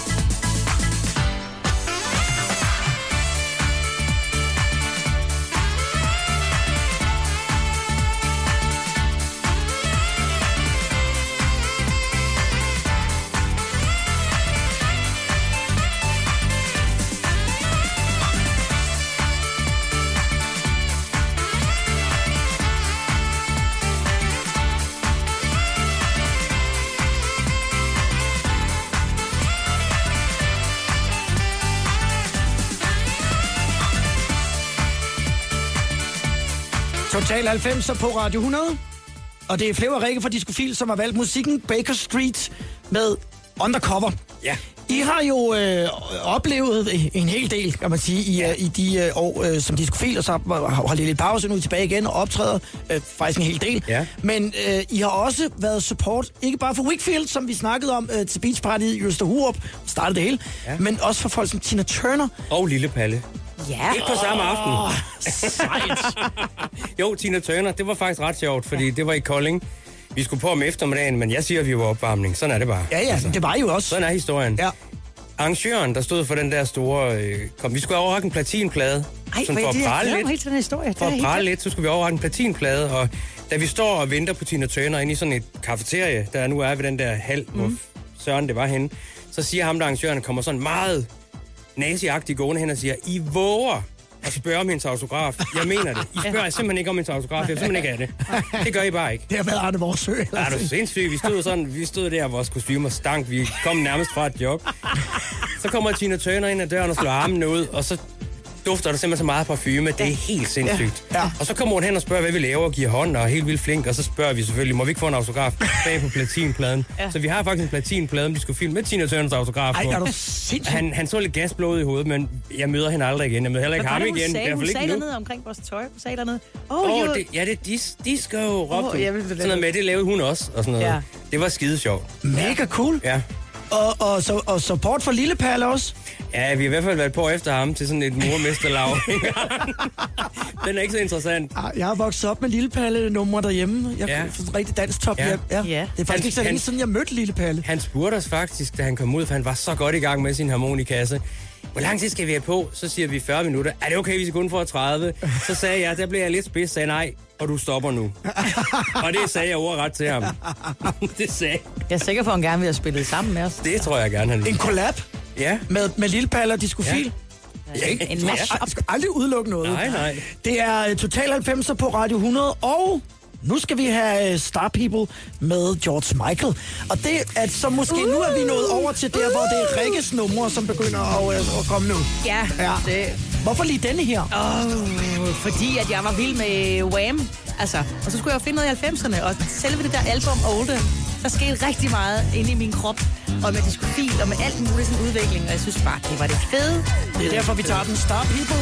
B: Total halvfemser på Radio hundrede. Og det er Flev og Rikke fra Discofil, som har valgt musikken Baker Street med Undercover.
C: Ja.
B: I har jo øh, oplevet en hel del, kan man sige, i, ja. i de øh, år øh, som Discofil, og så har lidt lidt pause, nu er I tilbage igen og optræder øh, faktisk en hel del.
C: Ja.
B: Men øh, I har også været support, ikke bare for Wakefield, som vi snakkede om øh, til Beach Party i Østerhurup, startede det hele, ja. men også for folk som Tina Turner.
C: Og Lille Palle.
D: Ja.
C: Ikke på samme aften.
B: Åh, sejt.
C: Jo, Tina Turner, det var faktisk ret sjovt, fordi ja. det var i Kolding. Vi skulle på om eftermiddagen, men jeg siger, at vi var opvarmning. Sådan er det bare.
B: Ja, ja, altså. Det var I jo også.
C: Sådan er historien.
B: Ja.
C: Arrangøren, der stod for den der store... Øh, kom, vi skulle overrække en platinplade.
D: Ej,
C: sådan
D: for
C: for
D: jeg,
C: at
D: jeg
C: prale
D: glæder mig
C: lidt.
D: helt til den historie.
C: For at prale lidt, så skulle vi overrække en platinplade, og da vi står og venter på Tina Turner inde i sådan et kafeterie, der nu er ved den der hal, mm. hvor Søren det var henne, så siger ham, der arrangøren kommer sådan meget nazi-agtigt gående hen og siger, I våger at spørge om hendes autograf. Jeg mener det. I spørger simpelthen ikke om hendes autograf. Jeg vil simpelthen ikke have det. Det gør I bare ikke.
B: Det har været Arne Vorsø.
C: Ja, er du sindssygt. Vi stod sådan, vi stod der, vores kostymer stank. Vi kom nærmest fra et job. Så kommer Tina Turner ind ad døren og slår armene ud, og så dufter der simpelthen så meget parfume. Det er helt sindssygt.
B: Ja. Ja.
C: Og så kommer hun hen og spørger, hvad vi laver, og giver hånd og er helt vildt flink. Og så spørger vi selvfølgelig, må vi ikke få en autograf bag på platinpladen? Ja. Så vi har faktisk en platinplade, vi skulle filme med Tina Turners autograf på.
B: Ej, er du sindssygt?
C: Han, han så lidt gasblod i hovedet, men jeg møder hende aldrig igen. Jeg møder heller ikke ham igen.
D: Sagde,
C: I hvert fald
D: hun
C: ikke
D: sagde
C: nu.
D: dernede omkring vores tøj. Hun sagde dernede. Åh,
C: Åh,
D: oh,
C: oh, ja, det er dis, disco, råbte
D: Åh,
C: hun.
D: jeg vil det
C: Sådan noget med, det lavede hun også, og sådan noget.
D: Ja.
C: Det var skide sjovt.
B: Mega cool.
C: Ja.
B: Og, og, så, og support for Lille Palle også.
C: Ja, vi har i hvert fald været på efter ham til sådan et murmesterlag. Den er ikke så interessant.
B: Jeg har vokset op med Lille Palle-numre derhjemme. Jeg
C: Ja.
B: er ja. rigtig dansk top.
C: Ja.
B: Ja. Ja.
D: Ja.
B: Det er faktisk
C: Han-
B: ikke så længe
C: han-
B: siden, jeg mødte Lille Palle.
C: Han spurgte os faktisk, da han kom ud, for han var så godt i gang med sin harmonikasse. Hvor lang tid skal vi have på? Så siger vi fyrre minutter. Er det okay, hvis vi kun får tredive? Så sagde jeg, der blev jeg lidt spids, sagde nej, og du stopper nu. Og det sagde jeg ordret til ham. Det sagde
D: Jeg er sikker på, at han gerne vil have spillet sammen med os.
C: Det tror jeg gerne, han
B: En
C: vil.
B: collab
C: Ja.
B: med, med Lille Palle og Discofil.
C: Ja. Ikke?
D: En
B: Ja.
D: mashup.
B: Jeg skal aldrig udelukke noget.
C: Nej, nej.
B: Det er uh, Total halvfemser på Radio hundrede, og nu skal vi have uh, Star People med George Michael. Og det er så måske, uh, nu er vi nået over til der, hvor det er Rikkes numre, som begynder at, uh, at komme nu.
D: Ja,
B: Ja.
D: det...
B: Hvorfor lige denne her?
D: Oh, fordi at jeg var vild med Wham. Altså, og så skulle jeg jo finde noget i halvfemserne, og selve det der album Older, der skete rigtig meget inde i min krop, og med Discofil, og med alt muligt sådan udvikling, og jeg synes bare, det var det fede.
B: Det er derfor, vi tager den. Star People.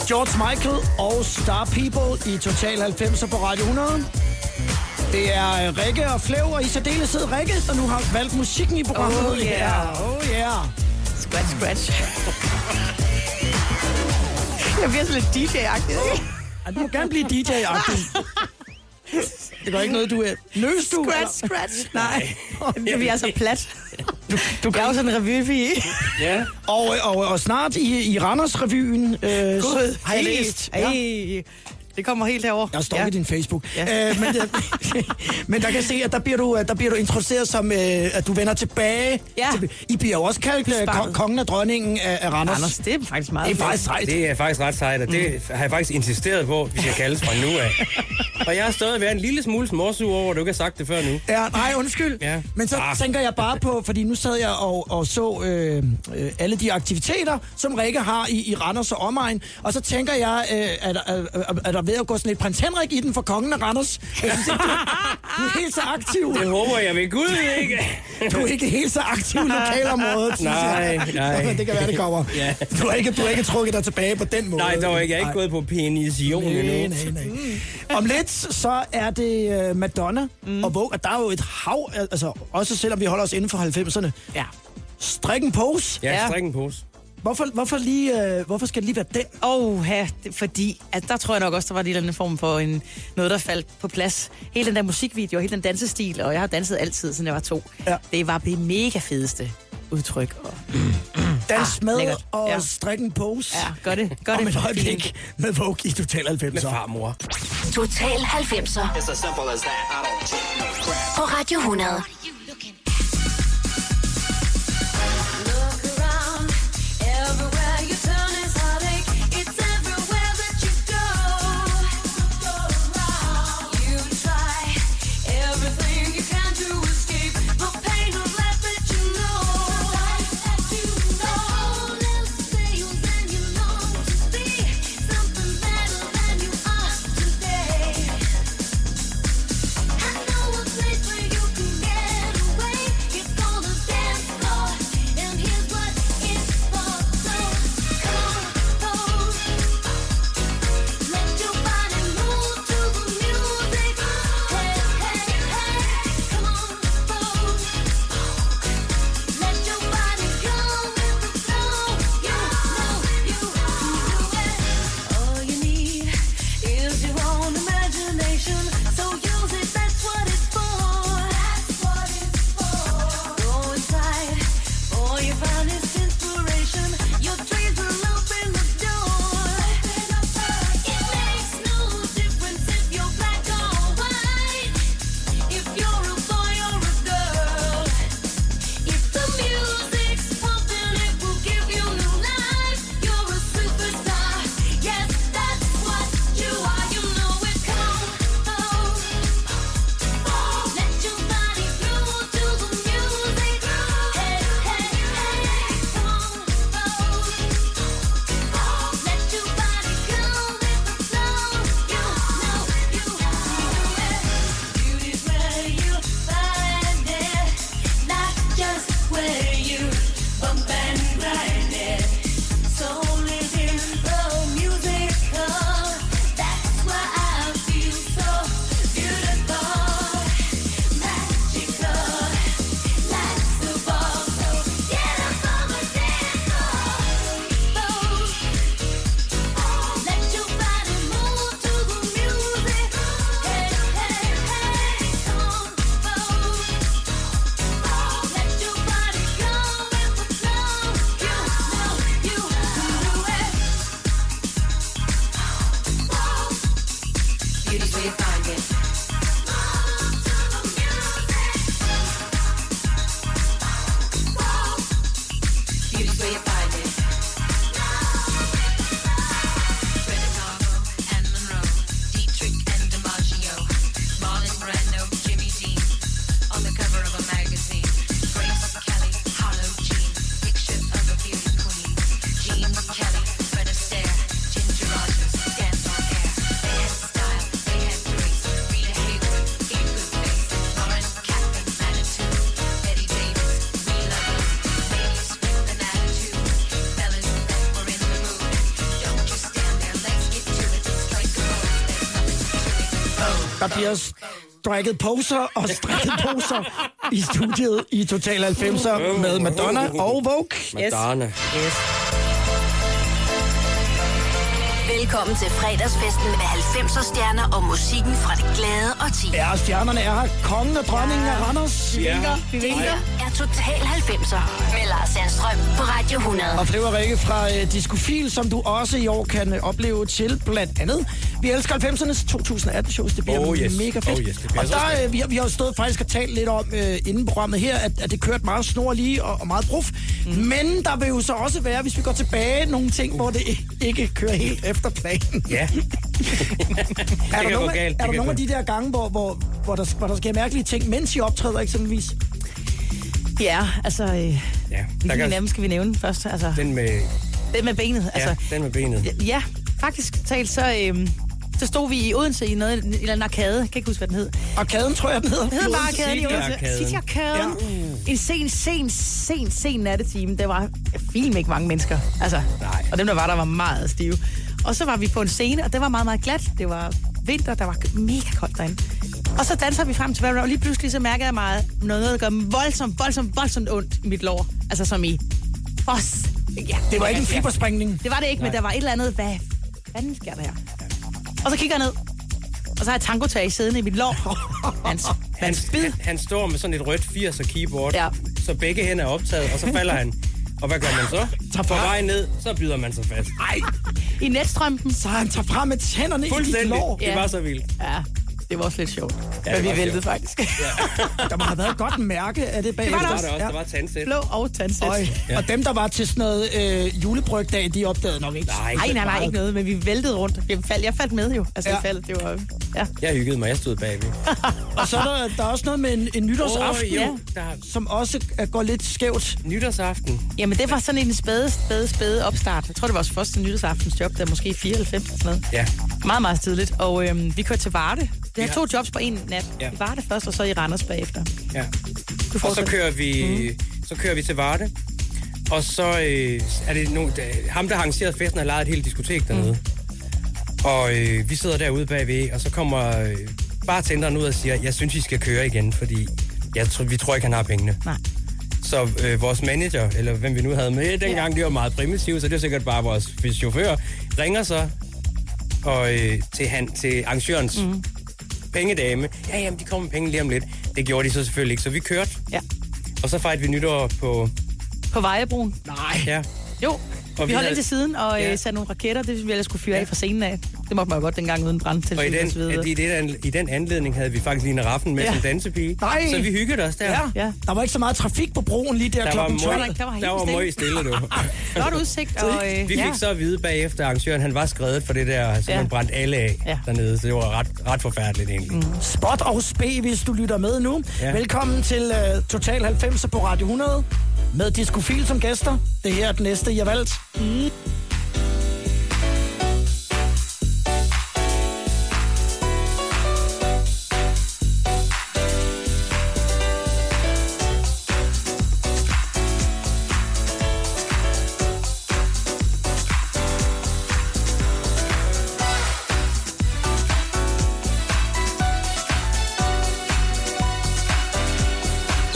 B: George Michael og Star People i Total halvfemser på Radio hundrede. Det er Rikke og Flev, og i særdeleshed Rikke, der nu har valgt musikken i programmet.
D: Oh yeah.
B: Oh yeah.
D: Scratch, scratch. Jeg bliver sådan lidt D J-agtig, ikke?
B: Ja, du må gerne blive D J-agtig. Det går ikke noget, du er... Nøs du?
D: Scratch, scratch. Nej, det bliver så plat. Du, du kan jo sådan en revypige.
C: Ja.
B: Og, og, og snart i, i Randers-revyen... Øh,
D: Gud, har jeg
B: læst?
D: læst? Ej, det kommer helt herover.
B: Jeg har stalket
D: Ja.
B: din Facebook.
D: Ja.
B: Øh, men, men der kan se, at der bliver du, der bliver du introduceret som, øh, at du vender tilbage.
D: Ja.
B: Til, I bliver jo også kaldt øh, kon- kongen af dronningen af, af Randers.
D: Anders, det er faktisk meget
B: Det er faktisk sejt.
C: Det er faktisk ret sejt, og det har jeg faktisk insisteret på, vi skal kaldes fra nu af. Og jeg har stadig været en lille smule småsur over, at du ikke har sagt det før nu.
B: Ja, nej, undskyld.
C: Ja.
B: Men så
C: Ah.
B: tænker jeg bare på, fordi nu sad jeg og, og så øh, øh, alle de aktiviteter, som Rikke har i, i Randers og omegn. Og så tænker jeg, øh, at, at, at, at der ved at gå sådan lidt prins Henrik i den for kongen af Randers. Jeg synes ikke, du, du er helt så aktiv.
C: Det håber jeg ved Gud, ikke?
B: Du er ikke helt så aktiv i lokalområdet, synes jeg.
C: Nej, nej.
B: Men det kan være, det kommer.
C: Ja.
B: Du har ikke, du har ikke trukket dig tilbage på den måde.
C: Nej, dog ikke. Jeg er ikke
B: Nej.
C: gået på pension
B: Nej,
C: endnu.
B: nej, nej. Om lidt, så er det uh, Madonna mm. og Vogue, og der er jo et hav, altså også selvom vi holder os inden for halvfemserne.
D: Ja.
B: Strikken pose.
C: Ja,
D: Ja.
C: strik en pose.
B: Hvorfor, hvorfor, lige, uh, hvorfor skal det lige være den?
D: Åh, ja, det- fordi at der tror jeg nok også, der var en eller anden form for en, noget, der faldt på plads. Hele den der musikvideo, hele den dansestil, og jeg har danset altid, siden jeg var to.
B: Ja.
D: Det var det mega fedeste udtryk. Og,
B: Dans
D: Ah,
B: med
D: lækkert.
B: og
D: Ja.
B: strikken pose.
D: ja, gør det. Gør
B: Om
D: det.
B: et øjeblik med Vogue i Total
C: Med
B: halvfemser.
C: farmor.
A: Total halvfemser
G: It's as simple as that. I don't take no crap.
A: på Radio hundrede.
E: Look around, everywhere you turn is heartache. It's everywhere that you go. You try everything you can to escape the pain of life that you know. Let's say you then you long to be something better than you are today. I know a place where you can get
B: Der bliver strækket poser og strækket poser i studiet i Total halvfemser med Madonna og Vogue.
C: Madonna.
D: Yes.
A: Velkommen til fredagsfesten med halvfemser stjerner og musikken fra det glade årti.
B: Ja, stjernerne er her. Kongen og dronningen af Randers.
D: Vi vinker, vi vinker.
A: Er Total halvfemser med Lars Sandstrøm på Radio hundrede.
B: Og Frederikke fra uh, Discofil, som du også i år kan uh, opleve til blandt andet. Vi elsker halvfemsernes to tusind atten shows. Det bliver
C: Oh, yes.
B: mega fedt.
C: Oh, yes. Det bliver
B: og
C: så
B: der,
C: fedt.
B: uh, vi, har, vi har stået faktisk og talt lidt om uh, inden programmet her, at, at det kørte meget snor lige og, og meget bruf. Mm. Men der vil jo så også være, hvis vi går tilbage, nogle ting, hvor det ikke kører helt efter planen.
C: Ja.
B: Er der nogle,
C: galt.
B: er der nogle af de der gange, hvor, hvor, hvor, der, hvor der sker mærkelige ting, mens I optræder eksempelvis?
D: Ja, altså... Øh,
C: Ja, der
D: hvilken
C: kan...
D: af dem skal vi nævne først? Altså,
C: Den med...
D: den med benet. Altså,
C: Ja, den med benet.
D: Ja, faktisk talt, så, øhm, så stod vi i Odense i noget, en eller anden arkade. Jeg kan ikke huske, hvad den hed.
B: Arkaden, tror jeg, den hedder.
D: Den hedder bare arkaden i Odense.
C: City-arkaden.
D: City-arkaden. Ja. En sen, sen, sen, sen nattetime. Der var film ikke mange mennesker. Altså,
C: Nej.
D: og dem, der var der, var meget stive. Og så var vi på en scene, og det var meget, meget glat. Det var vinter, der var mega koldt derinde. Og så danser vi frem til hverandre, og lige pludselig så mærker jeg meget noget, noget der gør voldsomt, voldsomt, voldsomt ondt i mit lår. Altså som i... Fos. Ja,
B: Det var ikke en fibersprængning.
D: det var det ikke, men der var et eller andet, hvad fanden sker der her? Og så kigger jeg ned, og så har jeg tangotag siddende i mit lår. Hans,
C: Han,
D: hans spid.
C: han, han står med sådan et rødt firser keyboard,
D: Ja.
C: så begge hænder er optaget, og så falder han. Og hvad gør man så? På vej ned, så bider man sig fast.
B: Ej,
D: I netstrømpen.
B: så han tager frem med tænderne i dit
C: Fuldstændig.
B: lår.
C: Det
D: Ja.
C: var så vildt.
D: Ja, det var også lidt sjovt.
C: Ja,
D: Men
C: det
D: vi
C: var
D: væltede
C: sjovt.
D: faktisk.
B: Der må have været et godt mærke af det bagefter.
D: var
C: Det
D: der
C: var det også. Der var tandsæt.
D: Blå og tandsæt.
B: Øj.
C: Ja.
B: Og dem, der var til sådan noget øh, julebrygdag, de opdagede nok ikke.
C: Nej,
D: Nej, nej, nej, ikke noget, men vi væltede rundt. Jeg faldt, jeg faldt med jo. Altså,
B: Ja.
D: jeg faldt, det var... Ja.
C: Jeg hyggede mig, jeg stod bagved.
B: Og så er der, der er også noget med en, en nytårsaften,
C: Åh, jo, der er
B: som også øh, går lidt skævt.
C: nytårsaften.
D: Jamen, det var sådan en spæde, spæde, spæde opstart. Jeg tror, det var vores første nytårsaftens job, der måske fireoghalvfems eller sådan noget.
C: Ja.
D: Meget, meget tidligt. Og øhm, vi kørte til Varde. Vi
C: Ja.
D: havde to jobs på en nat.
C: Ja.
D: I Varde først, og så i Randers bagefter.
C: Ja.
D: Du
C: Og så
D: fortsætter.
C: kører vi, mm. så kører vi til Varde. Og så øh, er det no, der, ham, der har arrangeret festen, har lejet et helt diskotek dernede. Mm. Og øh, vi sidder derude bagved, og så kommer øh, bartenderen ud og siger, jeg synes, I skal køre igen, fordi jeg tror, vi tror ikke, han har pengene.
D: Nej.
C: Så øh, vores manager, eller hvem vi nu havde med dengang, ja. Det var meget primitivt, så det var sikkert bare vores chauffør, ringer så og, øh, til, han, til arrangørens mm. pengedame. Ja, jamen, de kommer med penge lige om lidt. Det gjorde de så selvfølgelig ikke, så vi kørte.
D: Ja.
C: Og så fejrede vi nytår på...
D: På Vejebroen.
B: Nej.
C: Ja.
D: Jo.
C: Og
D: vi
C: vi
D: holdt
C: havde-
D: ind til siden og
C: Ja.
D: øh, satte nogle raketter. Det ville jeg skulle fyre af fra scenen af. Det måtte man jo godt dengang uden brandtilsyn
C: Og i den,
D: og så videre.
C: i, den, i den anledning havde vi faktisk Line Raffen med
D: Ja.
C: ja. som dansepige.
B: Nej.
C: Så vi hyggede os der.
B: Ja.
D: Ja.
B: Der var ikke så meget trafik på broen lige der,
C: Der var
B: klokken tolv.
C: møg,
D: Der var helt
C: der var
D: stille.
C: møg stille, du.
D: Flot udsigt. Og, øh,
C: Vi fik
D: ja.
C: så at vide bagefter, at arrangøren han var skredet for det der, så
D: Ja.
C: man brændte alle af
D: Ja.
C: dernede. Så det var ret, ret forfærdeligt egentlig. Mm.
B: Spot og spe, hvis du lytter med nu.
C: Ja.
B: Velkommen til uh, Total halvfemser på Radio hundrede. Med Discofil som gæster. Det her er det næste, I har valgt. Mm.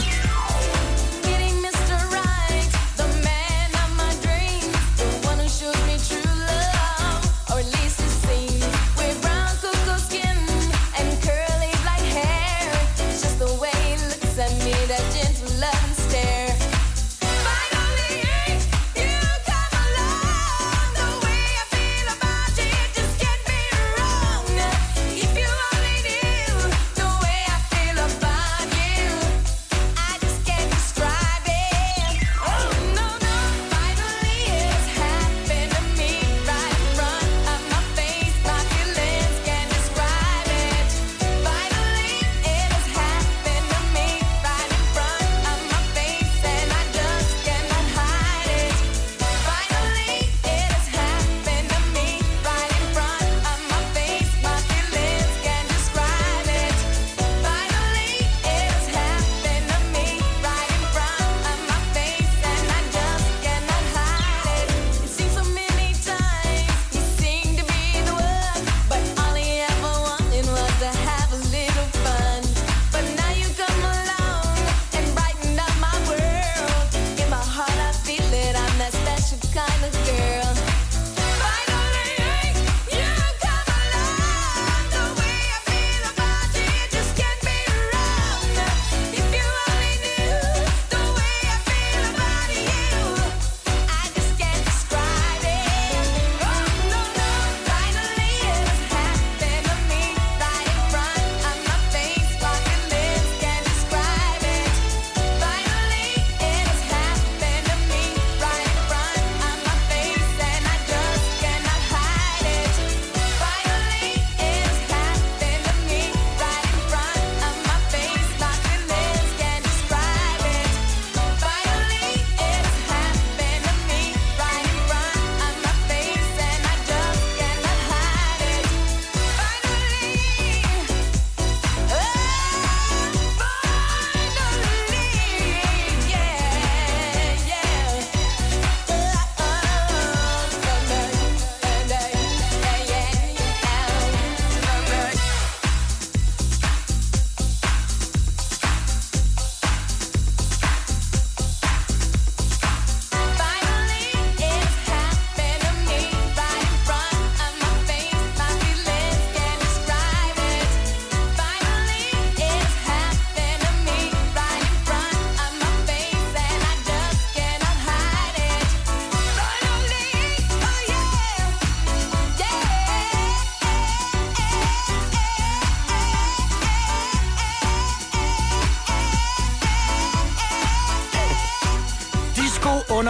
E: Getting Mister Right, the man of my dreams, the one who should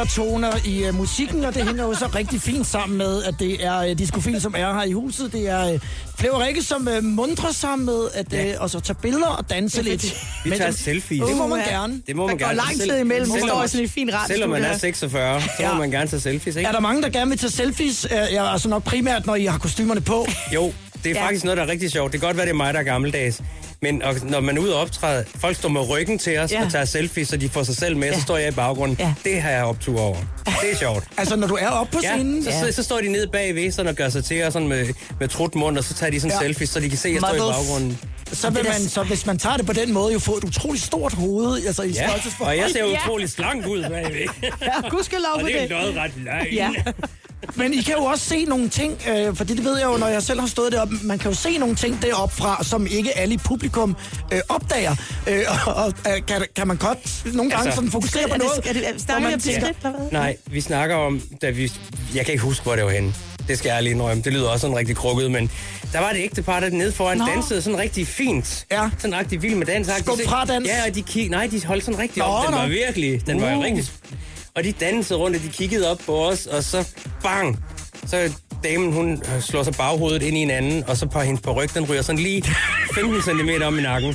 B: undertoner i uh, musikken, og det hænger jo så rigtig fint sammen med, at det er uh, Discofil, som er her i huset. Det er uh, Flev og Rikke, som uh, mundrer sig med at uh, ja. og så tage billeder og danse lidt.
C: Vi
B: Men,
C: tager selfies.
B: Det må man gerne.
C: Det må man
D: Der går
C: gerne.
D: lang tid imellem,
C: Selvom-
D: det står i sådan en fin ret.
C: Selvom man er seksogfyrre, så
B: Ja.
C: må man gerne tage selfies, ikke?
B: Er der mange, der gerne vil tage selfies? Uh, ja, altså nok primært, når I har kostymerne på.
C: Jo, det er
D: Ja.
C: faktisk noget, der er rigtig sjovt. Det kan godt være, det er mig, der er gammeldags. Men og, når man er ude og optræde, folk står med ryggen til os
D: Ja.
C: og tager selfies, så de får sig selv med, ja. så står jeg i baggrunden.
D: Ja.
C: Det har jeg optur over. Det er sjovt.
B: Altså, når du er oppe på
C: Ja,
B: scenen.
C: så, så, så står de nede bagved sådan og gør sig til og sådan med, med trut mund, og så tager de sådan
B: Ja.
C: ja. selfies, så de kan se, at jeg står i
D: Models.
C: baggrunden.
B: Så vil man, så hvis man tager det på den måde, jo få et utroligt stort hoved, altså i
C: Ja,
B: størrelsesforhold.
C: og jeg ser jo
D: Ja.
C: utrolig slank ud bagved.
D: Ja, gudskelov
C: Og
D: for
C: det er
D: det.
C: lodret løgn.
D: Ja.
B: Men I kan jo også se nogle ting, øh, for det ved jeg jo, når jeg selv har stået deroppe, man kan jo se nogle ting deroppe fra, som ikke alle i publikum øh, opdager. Øh, og og øh, kan, kan man godt nogle gange
C: Altså,
B: sådan fokusere på
D: Er
B: noget?
D: det, er det,
B: hvor
D: snakker
B: man
D: vi om
B: tænker,
D: skridt, eller hvad?
C: Nej, vi snakker om, da vi... Jeg kan ikke huske, hvor det var henne. Det skal jeg lige indrømme. Det lyder også sådan rigtig krukket, men der var det ægte par, der nede foran
D: Nå.
C: dansede sådan rigtig fint.
B: Ja.
C: Sådan rigtig vild med dans.
B: Skub fra dans.
C: Ja, og de kig... Nej, de holdt sådan rigtig
B: Nå,
C: op. Den
B: nå.
C: var virkelig... Den var
B: Uh.
C: rigtig... Og de dansede rundt, og de kiggede op på os, og så bang! Så damen, hun slår sig baghovedet ind i en anden, og så på hendes paryk, den ryger sådan lige femten centimeter om i nakken.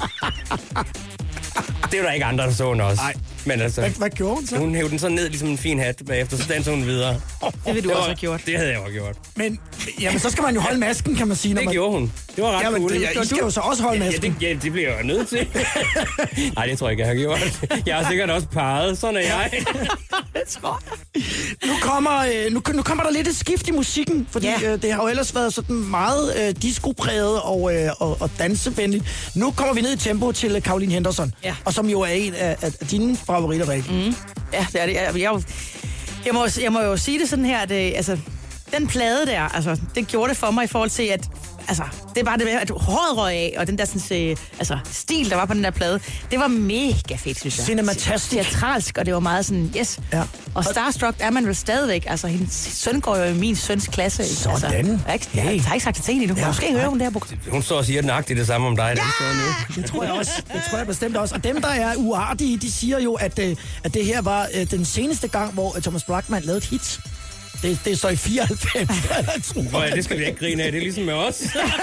C: Det var der ikke andre, der så også.
B: Nej.
C: Men altså...
B: Hvad, hvad gjorde hun så?
C: Hun hævde den så ned ligesom en fin hat bagefter, så dansede hun videre.
D: Det vil du
C: Det
D: også
C: var-
D: have gjort.
C: Det havde jeg jo gjort.
B: Men, jamen, så skal man jo holde masken, kan man sige. Når
C: Det
B: man...
C: gjorde hun. Det var ret
B: Jamen,
C: cool.
B: det, ja, I skal jo så også holde
C: Ja,
B: masken.
C: det, ja, det bliver jeg jo nødt til. Nej, det tror jeg ikke, jeg har gjort. Jeg har sikkert også parret. Sådan er jeg.
B: Det tror jeg. Nu kommer, øh, nu, nu kommer der lidt et skift i musikken, fordi
D: Ja.
B: øh, det har jo ellers været sådan meget øh, disco-præget og, øh, og, og dansevenligt. Nu kommer vi ned i tempo til Caroline Henderson,
D: Ja.
B: og som jo er en af, af dine favoritter, Rikke. Mm.
D: Ja, det er det. Jeg, jeg, jeg, må, jeg må jo sige det sådan her, at øh, altså, den plade der, altså, det gjorde det for mig i forhold til, at altså, det er bare det med, at håret røg af, og den der sådan, øh, altså, stil, der var på den der plade, det var mega fedt, synes jeg.
B: Cinematastic.
D: Teatralsk, og det var meget sådan, yes.
B: Ja.
D: Og starstruck er man vel stadigvæk. Altså, hendes søn går jo i min søns klasse. ikke?
B: Sådan.
D: Altså, jeg, ikke, jeg, jeg har ikke sagt det til hende endnu.
B: Ja.
D: Ja. Måske høre hun der på.
C: Hun står og siger nøjagtigt det samme om dig. Ja! Nu.
B: Det tror jeg også. Det tror jeg bestemt også. Og dem, der er uartige, de siger jo, at, øh, at det her var øh, den seneste gang, hvor øh, Thomas Blackman lavede et hit. Det, det er så i fireoghalvfems. jeg tror,
C: Åh ja, det skal vi ikke grine af. Det er ligesom med os.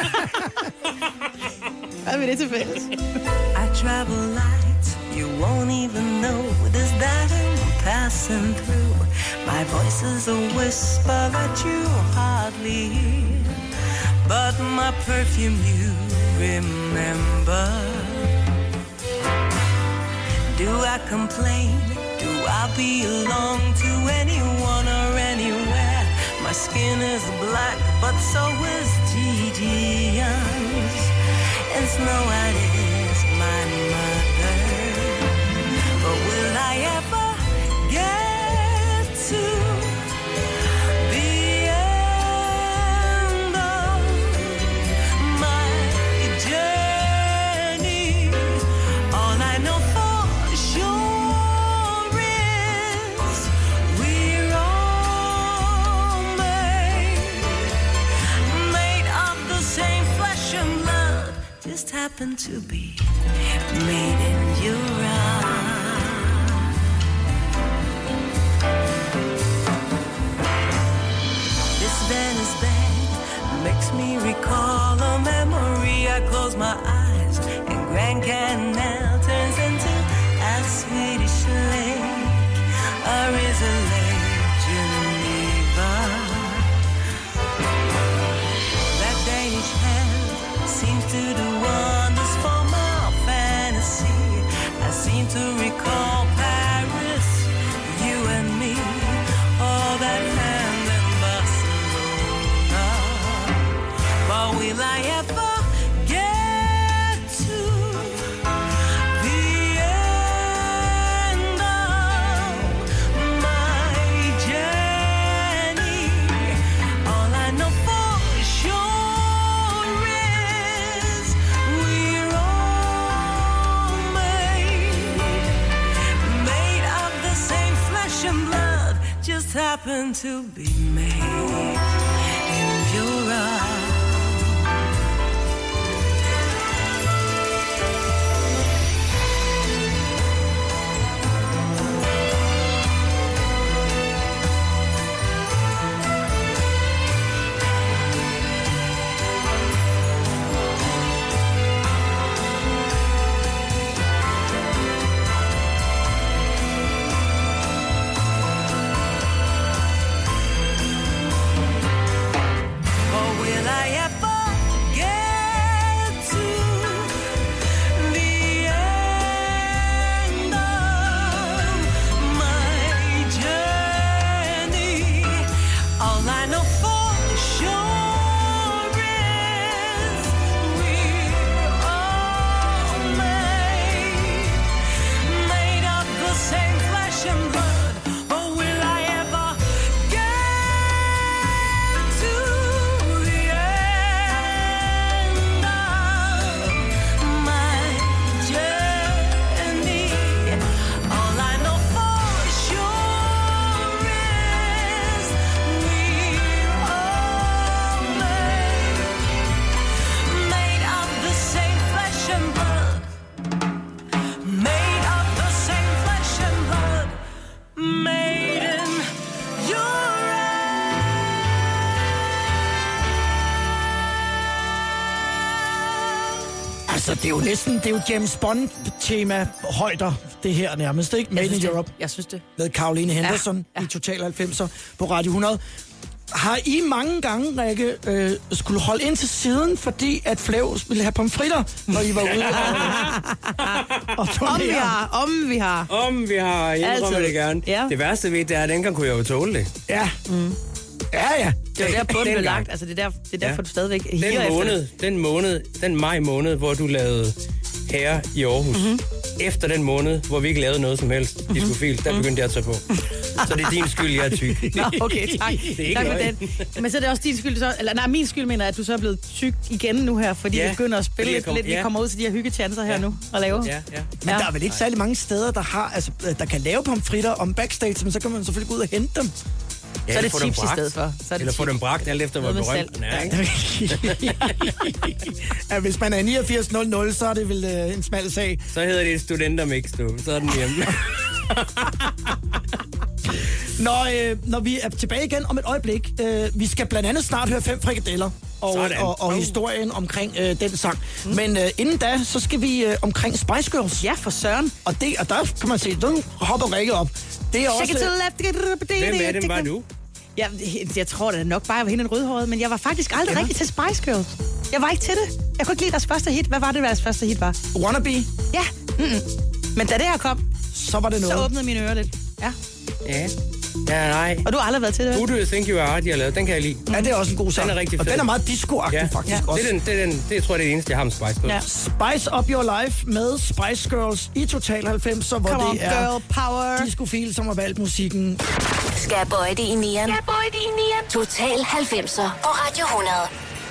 D: Hvad er vi det til fælles?
E: I travel light, you won't even know this that I'm passing through. My voice is a whisper that you hardly hear, but my perfume you remember. Do I complain? Do I belong to anyone or anywhere? My skin is black, but so is Gigi's. And Snow White is my mother. But will I ever get to the end of my journey? All I know for sure is we're all made, made of the same flesh and blood. Just happen to be made in your eyes. This Venice bed makes me recall a memory. I close my eyes and Grand Canal turns into a Swedish lake, or is a Lake Geneva. That Danish hand seems to do wonders for my fantasy. I seem to recall Paris, you and me, all that hand in Barcelona. But will I ever get to the end of my journey? All I know for sure is we're all made, made of the same flesh and blood. Just happen to be made in your eyes.
B: Altså, det er jo næsten, det er jo James Bond-tema højder, det her nærmest, ikke? Made in Europe.
D: Jeg synes det.
B: Med Caroline Henderson ja, ja. i Total halvfemser på Radio hundrede. Har I mange gange, Rikke, øh, skulle holde ind til siden, fordi at Flav ville have pomfritter, når I var ude og, og
D: Om vi har, om vi har.
C: Om vi har, jeg indrømmer det gerne.
D: Ja.
C: Det værste ved det er, at dengang kunne jeg jo tåle det.
B: Ja. Mm. Ja, ja.
D: Det er der bunden blev lagt. Altså, det er, der, det er derfor, ja. du stadigvæk higer
C: den måned,
D: efter
C: den måned, den maj måned, hvor du lavede her i Aarhus. Mm-hmm. Efter den måned, hvor vi ikke lavede noget som helst mm-hmm. diskofil, der begyndte jeg at tage på. Så det er din skyld, jeg er tyk.
D: Nå, okay, tak. Tak for den. Men så er det også din skyld, så, eller nej, min skyld mener, at du så er blevet tyk igen nu her, fordi ja, vi begynder at spille lidt, kom, lidt. Ja. Vi kommer ud til de her hyggetjanser her ja. nu og lave.
C: Ja, ja.
B: Men ja. der er vel ikke særlig mange steder, der har, altså, der kan lave pomfritter om backstage, men så kan man selvfølgelig gå ud og hente dem.
C: Ja,
D: så er det chips i stedet for. Så er det
C: eller få dem bragt, alt efter hvor berømt den er, ikke?
B: Ja, hvis man er niogfirs nul nul, så er det vel øh, en smal sag.
C: Så hedder det et studentermix, du. Så er den hjemme.
B: Når, øh, når vi er tilbage igen om et øjeblik, øh, vi skal blandt andet snart høre fem frikadeller og, og, og, og historien omkring øh, den sang. Mm. Men øh, inden da, så skal vi øh, omkring Spice Girls.
D: Ja, for søren.
B: Og, det, og der kan man se, den hopper Rikke op. Det er også...
C: Hvem er det, var du?
D: Ja, jeg tror da nok bare, jeg var hende en rødhåret, men jeg var faktisk aldrig ja. rigtig til Spice Girls. Jeg var ikke til det. Jeg kunne ikke lide deres første hit. Hvad var det, deres første hit var?
B: Wannabe?
D: Ja. Mm-mm. Men da det her kom,
B: så var det noget.
D: Så åbnede mine ører lidt. Ja.
C: Ja. Ja, nej.
D: Og du har aldrig været til det?
C: Who Do You Think You Are, de har lavet. Den kan jeg lide.
B: Ja, det er også en god sang.
C: Den er rigtig
B: og
C: fed.
B: den er meget disco-agtig
C: ja.
B: faktisk
C: ja.
B: også.
C: Det, er den, det, er den, det jeg tror jeg, det er det eneste, jeg har med Spice Girls.
B: Ja. Spice Up Your Life med Spice Girls i Total halvfemser, hvor
D: Come
B: det
D: on,
B: er
D: girl power.
B: Discofil, som har valgt musikken.
A: Skal jeg bøje det i nieren? Skal jeg bøje det i nieren? Total halvfemser på Radio hundrede.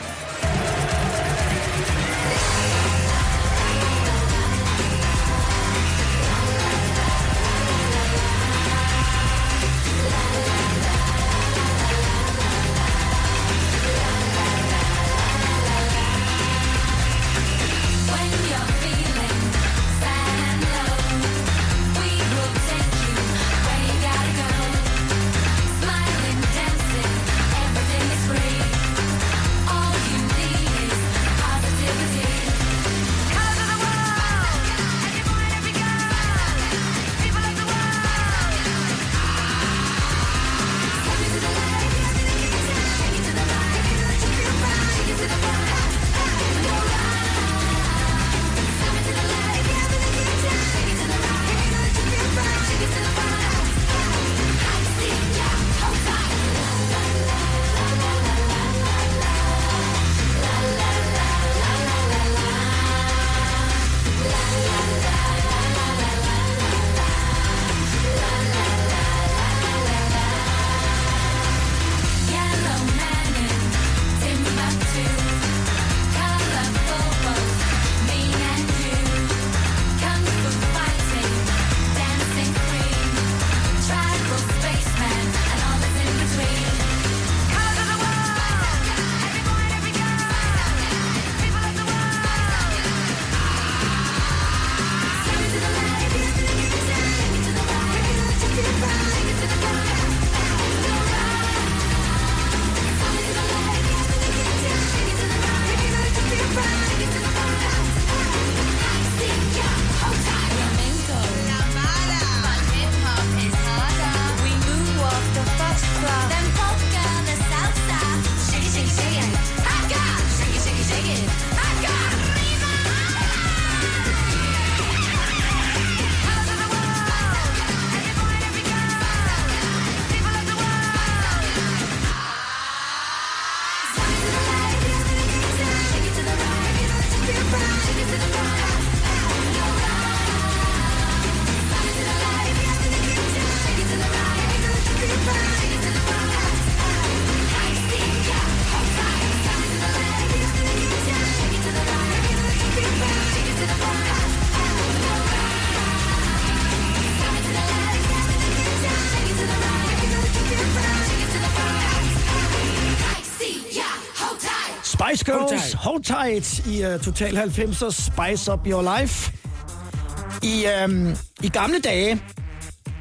B: Spice Girls, Hold Tight i uh, Total halvfemser, Spice Up Your Life. I, um, I gamle dage,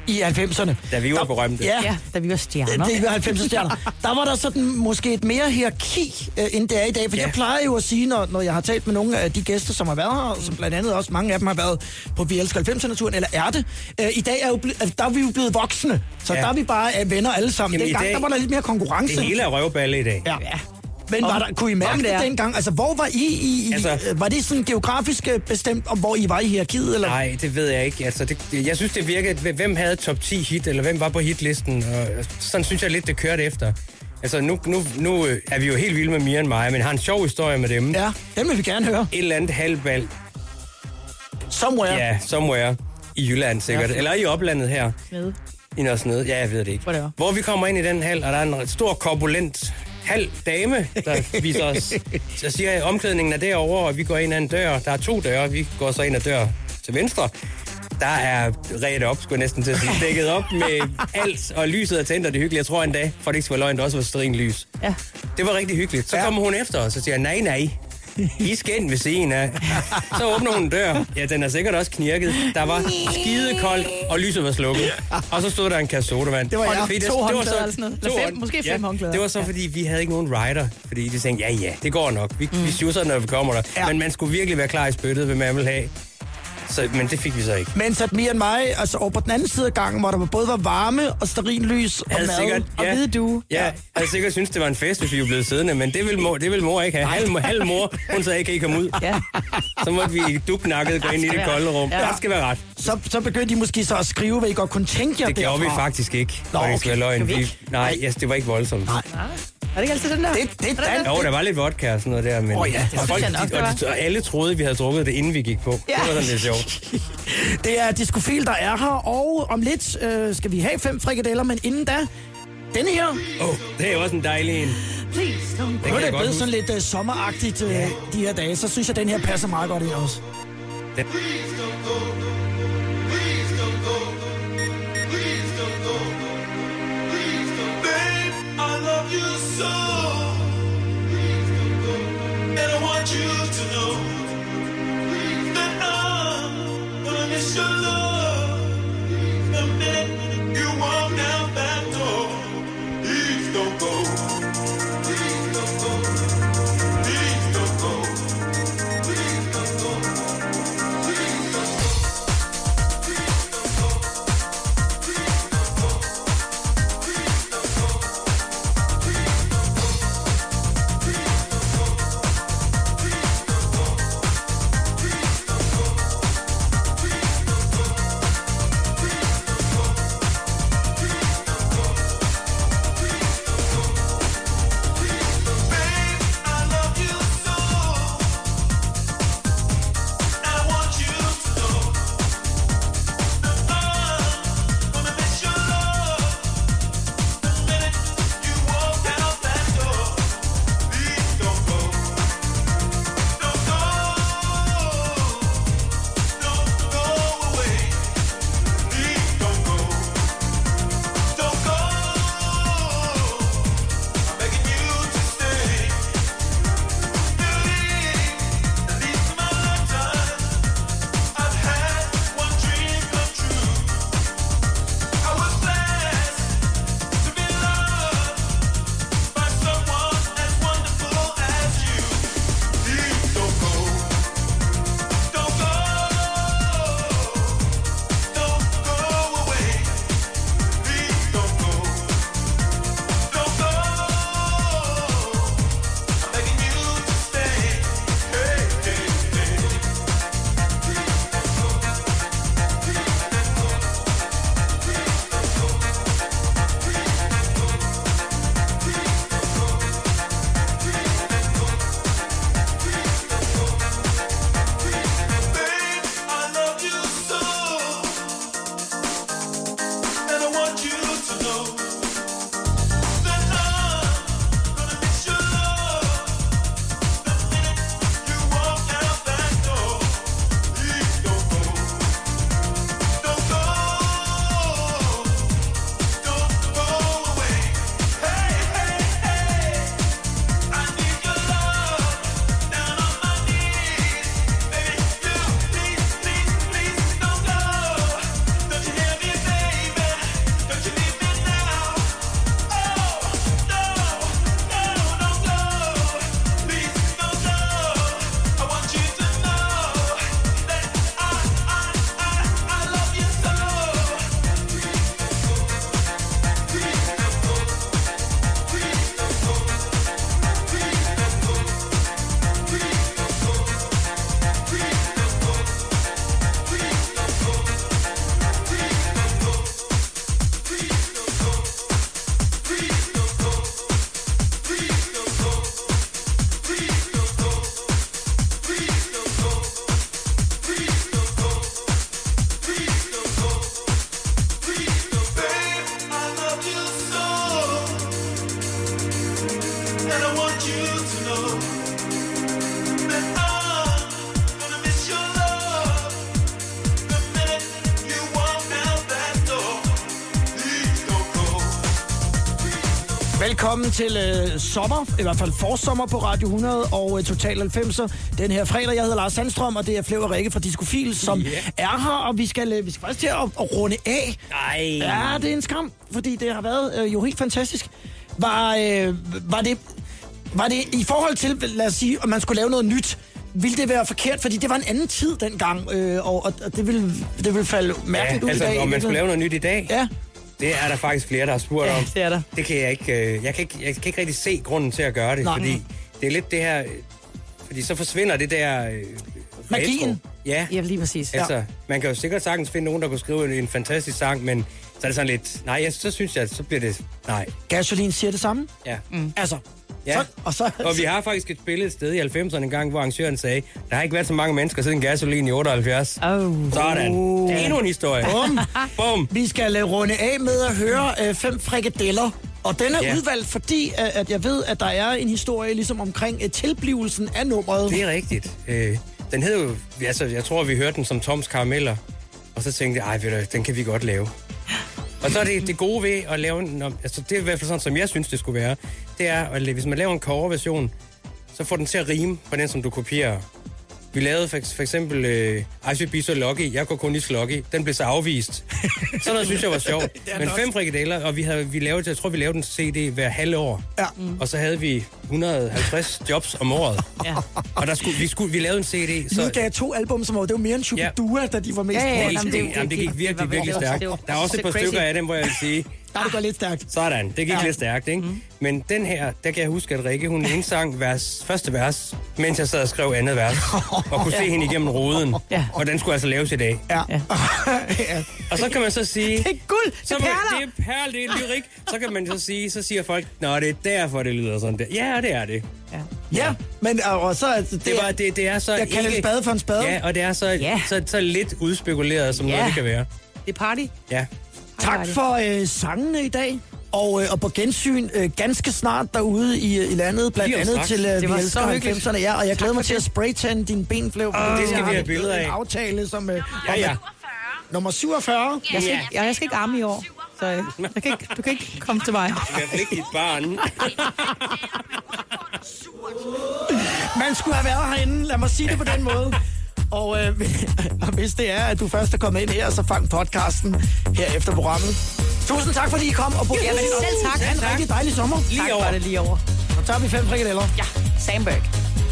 B: i halvfemserne.
C: Da vi var
B: Der-
C: berømte.
B: Ja,
D: Ja, da vi var stjerner.
B: det var halvfemser stjerner. Der var der sådan måske et mere hierarki, øh, end det er i dag. For
C: Ja.
B: jeg plejer jo at sige, når, når jeg har talt med nogle af de gæster, som har været her, som blandt andet også mange af dem har været på Vi Elsker halvfemser-naturen, eller er det. Øh, I dag er, jo ble, altså, der er vi jo blevet voksne, så
C: Ja.
B: der er vi bare øh, venner alle sammen.
C: Jamen, i
B: Dengang
C: dag-
B: der var der lidt mere konkurrence.
C: Det hele er røvballe i dag.
B: Ja. Men var der, kunne I mærke
D: Om det
B: det
D: er.
B: dengang? Altså, hvor var I? I, i
C: Altså-
B: altså, var det sådan geografisk øh, bestemt, om hvor I var i hierarkiet? Eller?
C: Nej, det ved jeg ikke. Altså, det, det, jeg synes, det virkede, hvem havde top ti hit, eller hvem var på hitlisten, og sådan synes jeg lidt, det kørte efter. Altså, nu, nu, nu øh, er vi jo helt vilde med Mia og mig, men har en sjov historie med dem.
B: Ja, den vil vi gerne høre.
C: Et eller andet halvbal,
B: Somewhere.
C: ja, somewhere i Jylland sikkert,
B: Ja.
C: eller i oplandet her.
D: Med.
C: I noget sådan noget. Ja, jeg ved det ikke.
D: Whatever.
C: Hvor vi kommer ind i den hal, og der er en stor korpulent halv dame, der viser os. Så siger jeg, omklædningen er derovre, og vi går ind ad en dør. Der er to døre, vi går så ind ad dør til venstre. Der er redt op, skulle jeg næsten til at sige, dækket op med alt, og lyset er tændt, og det er hyggeligt. Jeg tror endda, for det ikke skal være løgn, der også var stearinlys.
D: Ja.
C: Det var rigtig hyggeligt. Så
B: Ja.
C: kommer hun efter os og siger, nej, nej. I skal ind ved siden af. Så åbner hun en dør. Ja, den er sikkert også knirket. Der var skidekoldt, og lyset var slukket. Og så stod der en kasse sodavand.
B: Det var jeg.
C: Fordi
D: To håndklæder eller sådan noget. Eller
C: to
D: fem,
C: hånd-
D: måske fem håndklæder.
C: Det var så,
D: Ja.
C: fordi vi havde ikke nogen rider. Fordi de tænkte, ja, ja, det går nok. Vi, mm. vi sjusser, når vi kommer der.
B: Ja.
C: Men man skulle virkelig være klar i spyttet, hvad man ville have. Så, men det fik vi så ikke.
B: Mens at Mia og mig, altså over på den anden side af gangen, hvor der både var varme og stearinlys og
C: Havde
B: mad.
C: sikkert,
D: Og hvide due.
C: Ja, jeg havde sikkert synes det var en fest, hvis vi var blevet siddende, men det vil mor, det vil mor ikke have. Halv, halv mor, hun sagde, kan I komme ud?
D: Ja.
C: Så måtte vi duknakket gå ind i det kolde rum.
D: Ja.
C: Ja. Det skal være ret.
B: Så, så begyndte de måske så at skrive, hvad I godt kunne tænke jer
C: Det gjorde vi
B: derfra.
C: faktisk ikke,
B: Nå,
C: for det ikke skal være løgn.
B: okay.
C: Vi, nej, yes, det var ikke voldsomt.
B: Nej.
D: Er det ikke altid den der?
B: Det, det, det,
D: Hvordan?
C: Jo, der var lidt vodka og sådan noget der, men
B: Åh, ja, det
C: og,
D: synes
C: folk,
D: jeg nok,
C: de,
D: det
C: og, de, og alle troede, vi havde drukket det, inden vi gik på.
D: Ja.
C: Det var sådan lidt sjovt.
B: det er Discofil, der er her, og om lidt øh, skal vi have fem frikadeller, men inden da, denne her,
C: Åh, oh, det er også en dejlig en.
B: nu
C: Det
B: er
C: kan
B: det
C: jeg godt
B: blevet
C: huske.
B: sådan lidt øh, sommeragtigt øh, de her dage, så synes jeg, den her passer meget godt ind også.
C: Den,
F: Babe, I love you so. And I want you to know that I'm gonna miss your love the minute you walk out that door. Please don't go. Please don't go. Please don't go. Please don't go. Please don't go. Please don't go. Please don't go. Please don't go. Please don't go.
B: Velkommen til øh, sommer, i hvert fald forsommer på Radio hundrede og øh, Total halvfemser. Den her fredag, jeg hedder Lars Sandstrøm, og det er Flev og Rikke fra Discofil, som
C: Yeah.
B: er her, og vi skal, øh, vi skal faktisk til at, at runde af.
C: Nej.
B: Ja, det er en skam, fordi det har været øh, jo helt fantastisk. Var, øh, var, det, var det i forhold til, lad os sige, om man skulle lave noget nyt, ville det være forkert? Fordi det var en anden tid dengang, øh, og, og det, ville, det ville falde mærkeligt
C: Ja,
B: ud
C: altså,
B: i dag.
C: om man skulle lave noget nyt i dag,
B: Ja.
C: det er der faktisk flere, der har spurgt
D: Ja,
C: om.
D: det er der.
C: Det kan jeg ikke, øh, jeg kan ikke, jeg kan ikke rigtig se grunden til at gøre det,
B: Nej.
C: fordi det er lidt det her, øh, fordi så forsvinder det der øh,
B: Magien.
C: retro. Ja,
D: Ja, lige præcis.
C: altså, man kan jo sikkert sagtens finde nogen, der kunne skrive en, en fantastisk sang, men så er det sådan lidt, nej, jeg, så synes jeg, så bliver det, nej,
B: Gasolin siger det samme.
C: ja.
B: Mm. Altså,
C: Ja.
B: så, og så...
C: Og vi har faktisk et billede et sted i halvfemserne en gang, hvor arrangøren sagde, der har ikke været så mange mennesker siden Gasolin i otteoghalvfjerds.
D: Oh.
C: Sådan.
B: Oh.
C: Det er endnu en historie.
B: Bum.
C: Bum.
B: Vi skal uh, runde af med at høre uh, fem frikadeller. Og den er
C: Ja.
B: udvalgt, fordi uh, at jeg ved, at der er en historie ligesom omkring uh, tilblivelsen af nummeret.
C: Det er rigtigt. Øh, den hed jo, altså, jeg tror, vi hørte den som Toms Karameller. Og så tænkte jeg, ej, ved du, den kan vi godt lave. Og så er det det gode ved at lave en, altså det er i hvert fald sådan, som jeg synes, det skulle være, det er, at hvis man laver en coverversion, så får den til at rime på den, som du kopierer. Vi lavede for, for eksempel øh, I Should Be So Lucky, jeg går kun i sluggy. Den blev så afvist. Sådan noget synes jeg var sjovt. Men fem frikadeller, og vi havde, vi lavede, jeg tror, vi lavede en C D hver halve år.
B: Ja.
C: Mm. Og så havde vi et hundrede og halvtreds jobs om året.
D: Ja.
C: Og der skulle, vi, skulle, vi lavede en C D.
B: Så... Vi udgav to album som år. Det var mere end Shubidua, da de var mest
D: Ja, ja,
B: på.
D: ja.
C: Det,
D: Jamen,
C: det,
D: det-
C: jamen, det gik
D: det
C: virkelig,
D: var
C: virkelig
D: virkelig-
C: stærkt.
D: det var-
C: Der er også et par
D: crazy.
C: stykker af dem, hvor jeg vil sige,
B: Ja, det går lidt stærkt.
C: sådan, det gik
B: Ja.
C: ja. lidt stærkt, ikke? Mm. Men den her, der kan jeg huske, at Rikke, hun indsang vers, første vers, mens jeg sad og skrev andet vers, og kunne se hende igennem ruden.
D: Ja.
C: Og den skulle altså laves i dag.
B: Ja.
D: Ja.
B: ja.
C: Og så kan man så sige...
B: Det er guld!
C: Så
B: Det
C: man,
B: perler!
C: det er perl, det er lyrik. Så kan man så sige, så siger folk, nå, det er derfor, det lyder sådan der. Ja, det er det.
D: Ja.
B: Ja, men og så... Altså, det,
C: Det, var, det, det er så
B: jeg kalder en
C: ikke...
B: spade for en spade.
C: Ja, og det er så,
D: Ja.
C: så, så lidt udspekuleret, som
D: Ja.
C: noget det kan være.
D: Det er party.
C: Ja.
B: Tak for øh, sangene i dag. Og, øh, og på gensyn øh, ganske snart derude i, i landet, blandt
C: Lige om
B: andet
C: straks.
B: til øh,
D: Det
B: Vi
D: var
B: elsker
D: så hyggeligt.
B: halvfemserne. Ja, og jeg glæder mig til at spraytande din benflæv. Oh,
C: det skal vi have billeder af.
B: En aftale, som... Øh,
C: Ja, ja.
B: nummer syvogfyrre.
D: Jeg skal, ikke, jeg, jeg skal ikke arme i år, så øh, jeg kan ikke, du kan ikke komme til mig.
C: I hvert fald ikke dit barn.
B: Man skulle have været herinde, lad mig sige det på den måde. Og, øh, og hvis det er, at du først er kommet ind her, så fang podcasten her efter programmet. Tusind tak, fordi I kom. Og
D: Jamen, selv tak.
B: Ha' en rigtig dejlig sommer.
D: Tak for det lige over.
B: Så tager vi fem frikadeller.
D: Ja, Sandberg.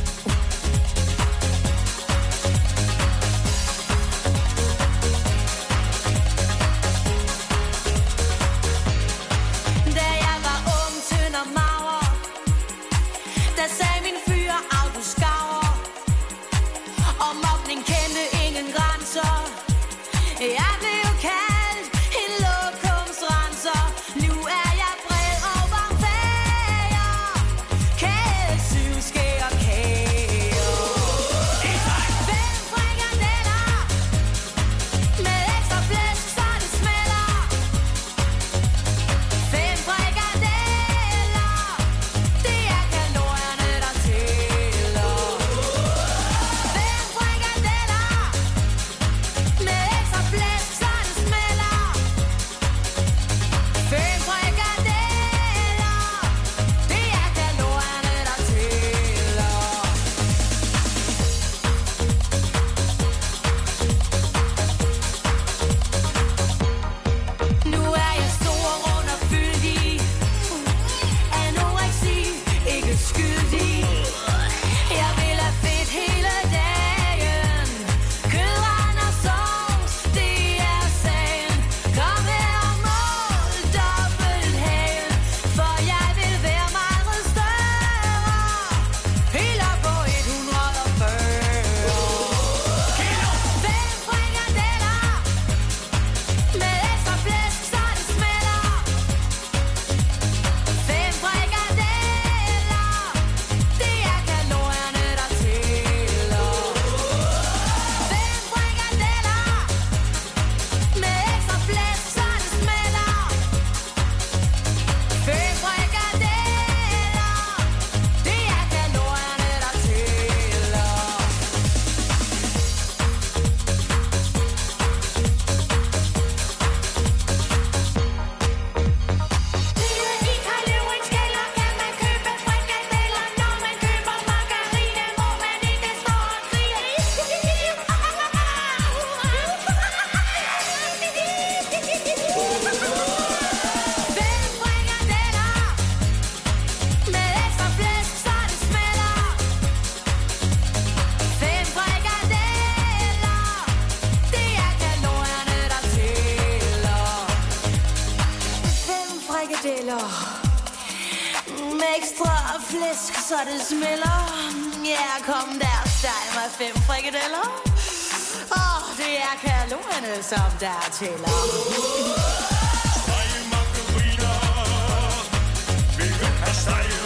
E: Da jeg var ung, tynd og mager, der sagde min fyr, au du skaver. Og mobning kendte ingen grænser. Jeg blev kaldt en lokumsrenser. Nu er jeg bred og varmfæger. Kæde, syv skæg og flæsk, så det smelter. Ja, kom der, steg mig fem frikadeller. Åh, oh, det er kalorierne, som der tæller.
H: Steg margariner. Vil du have steg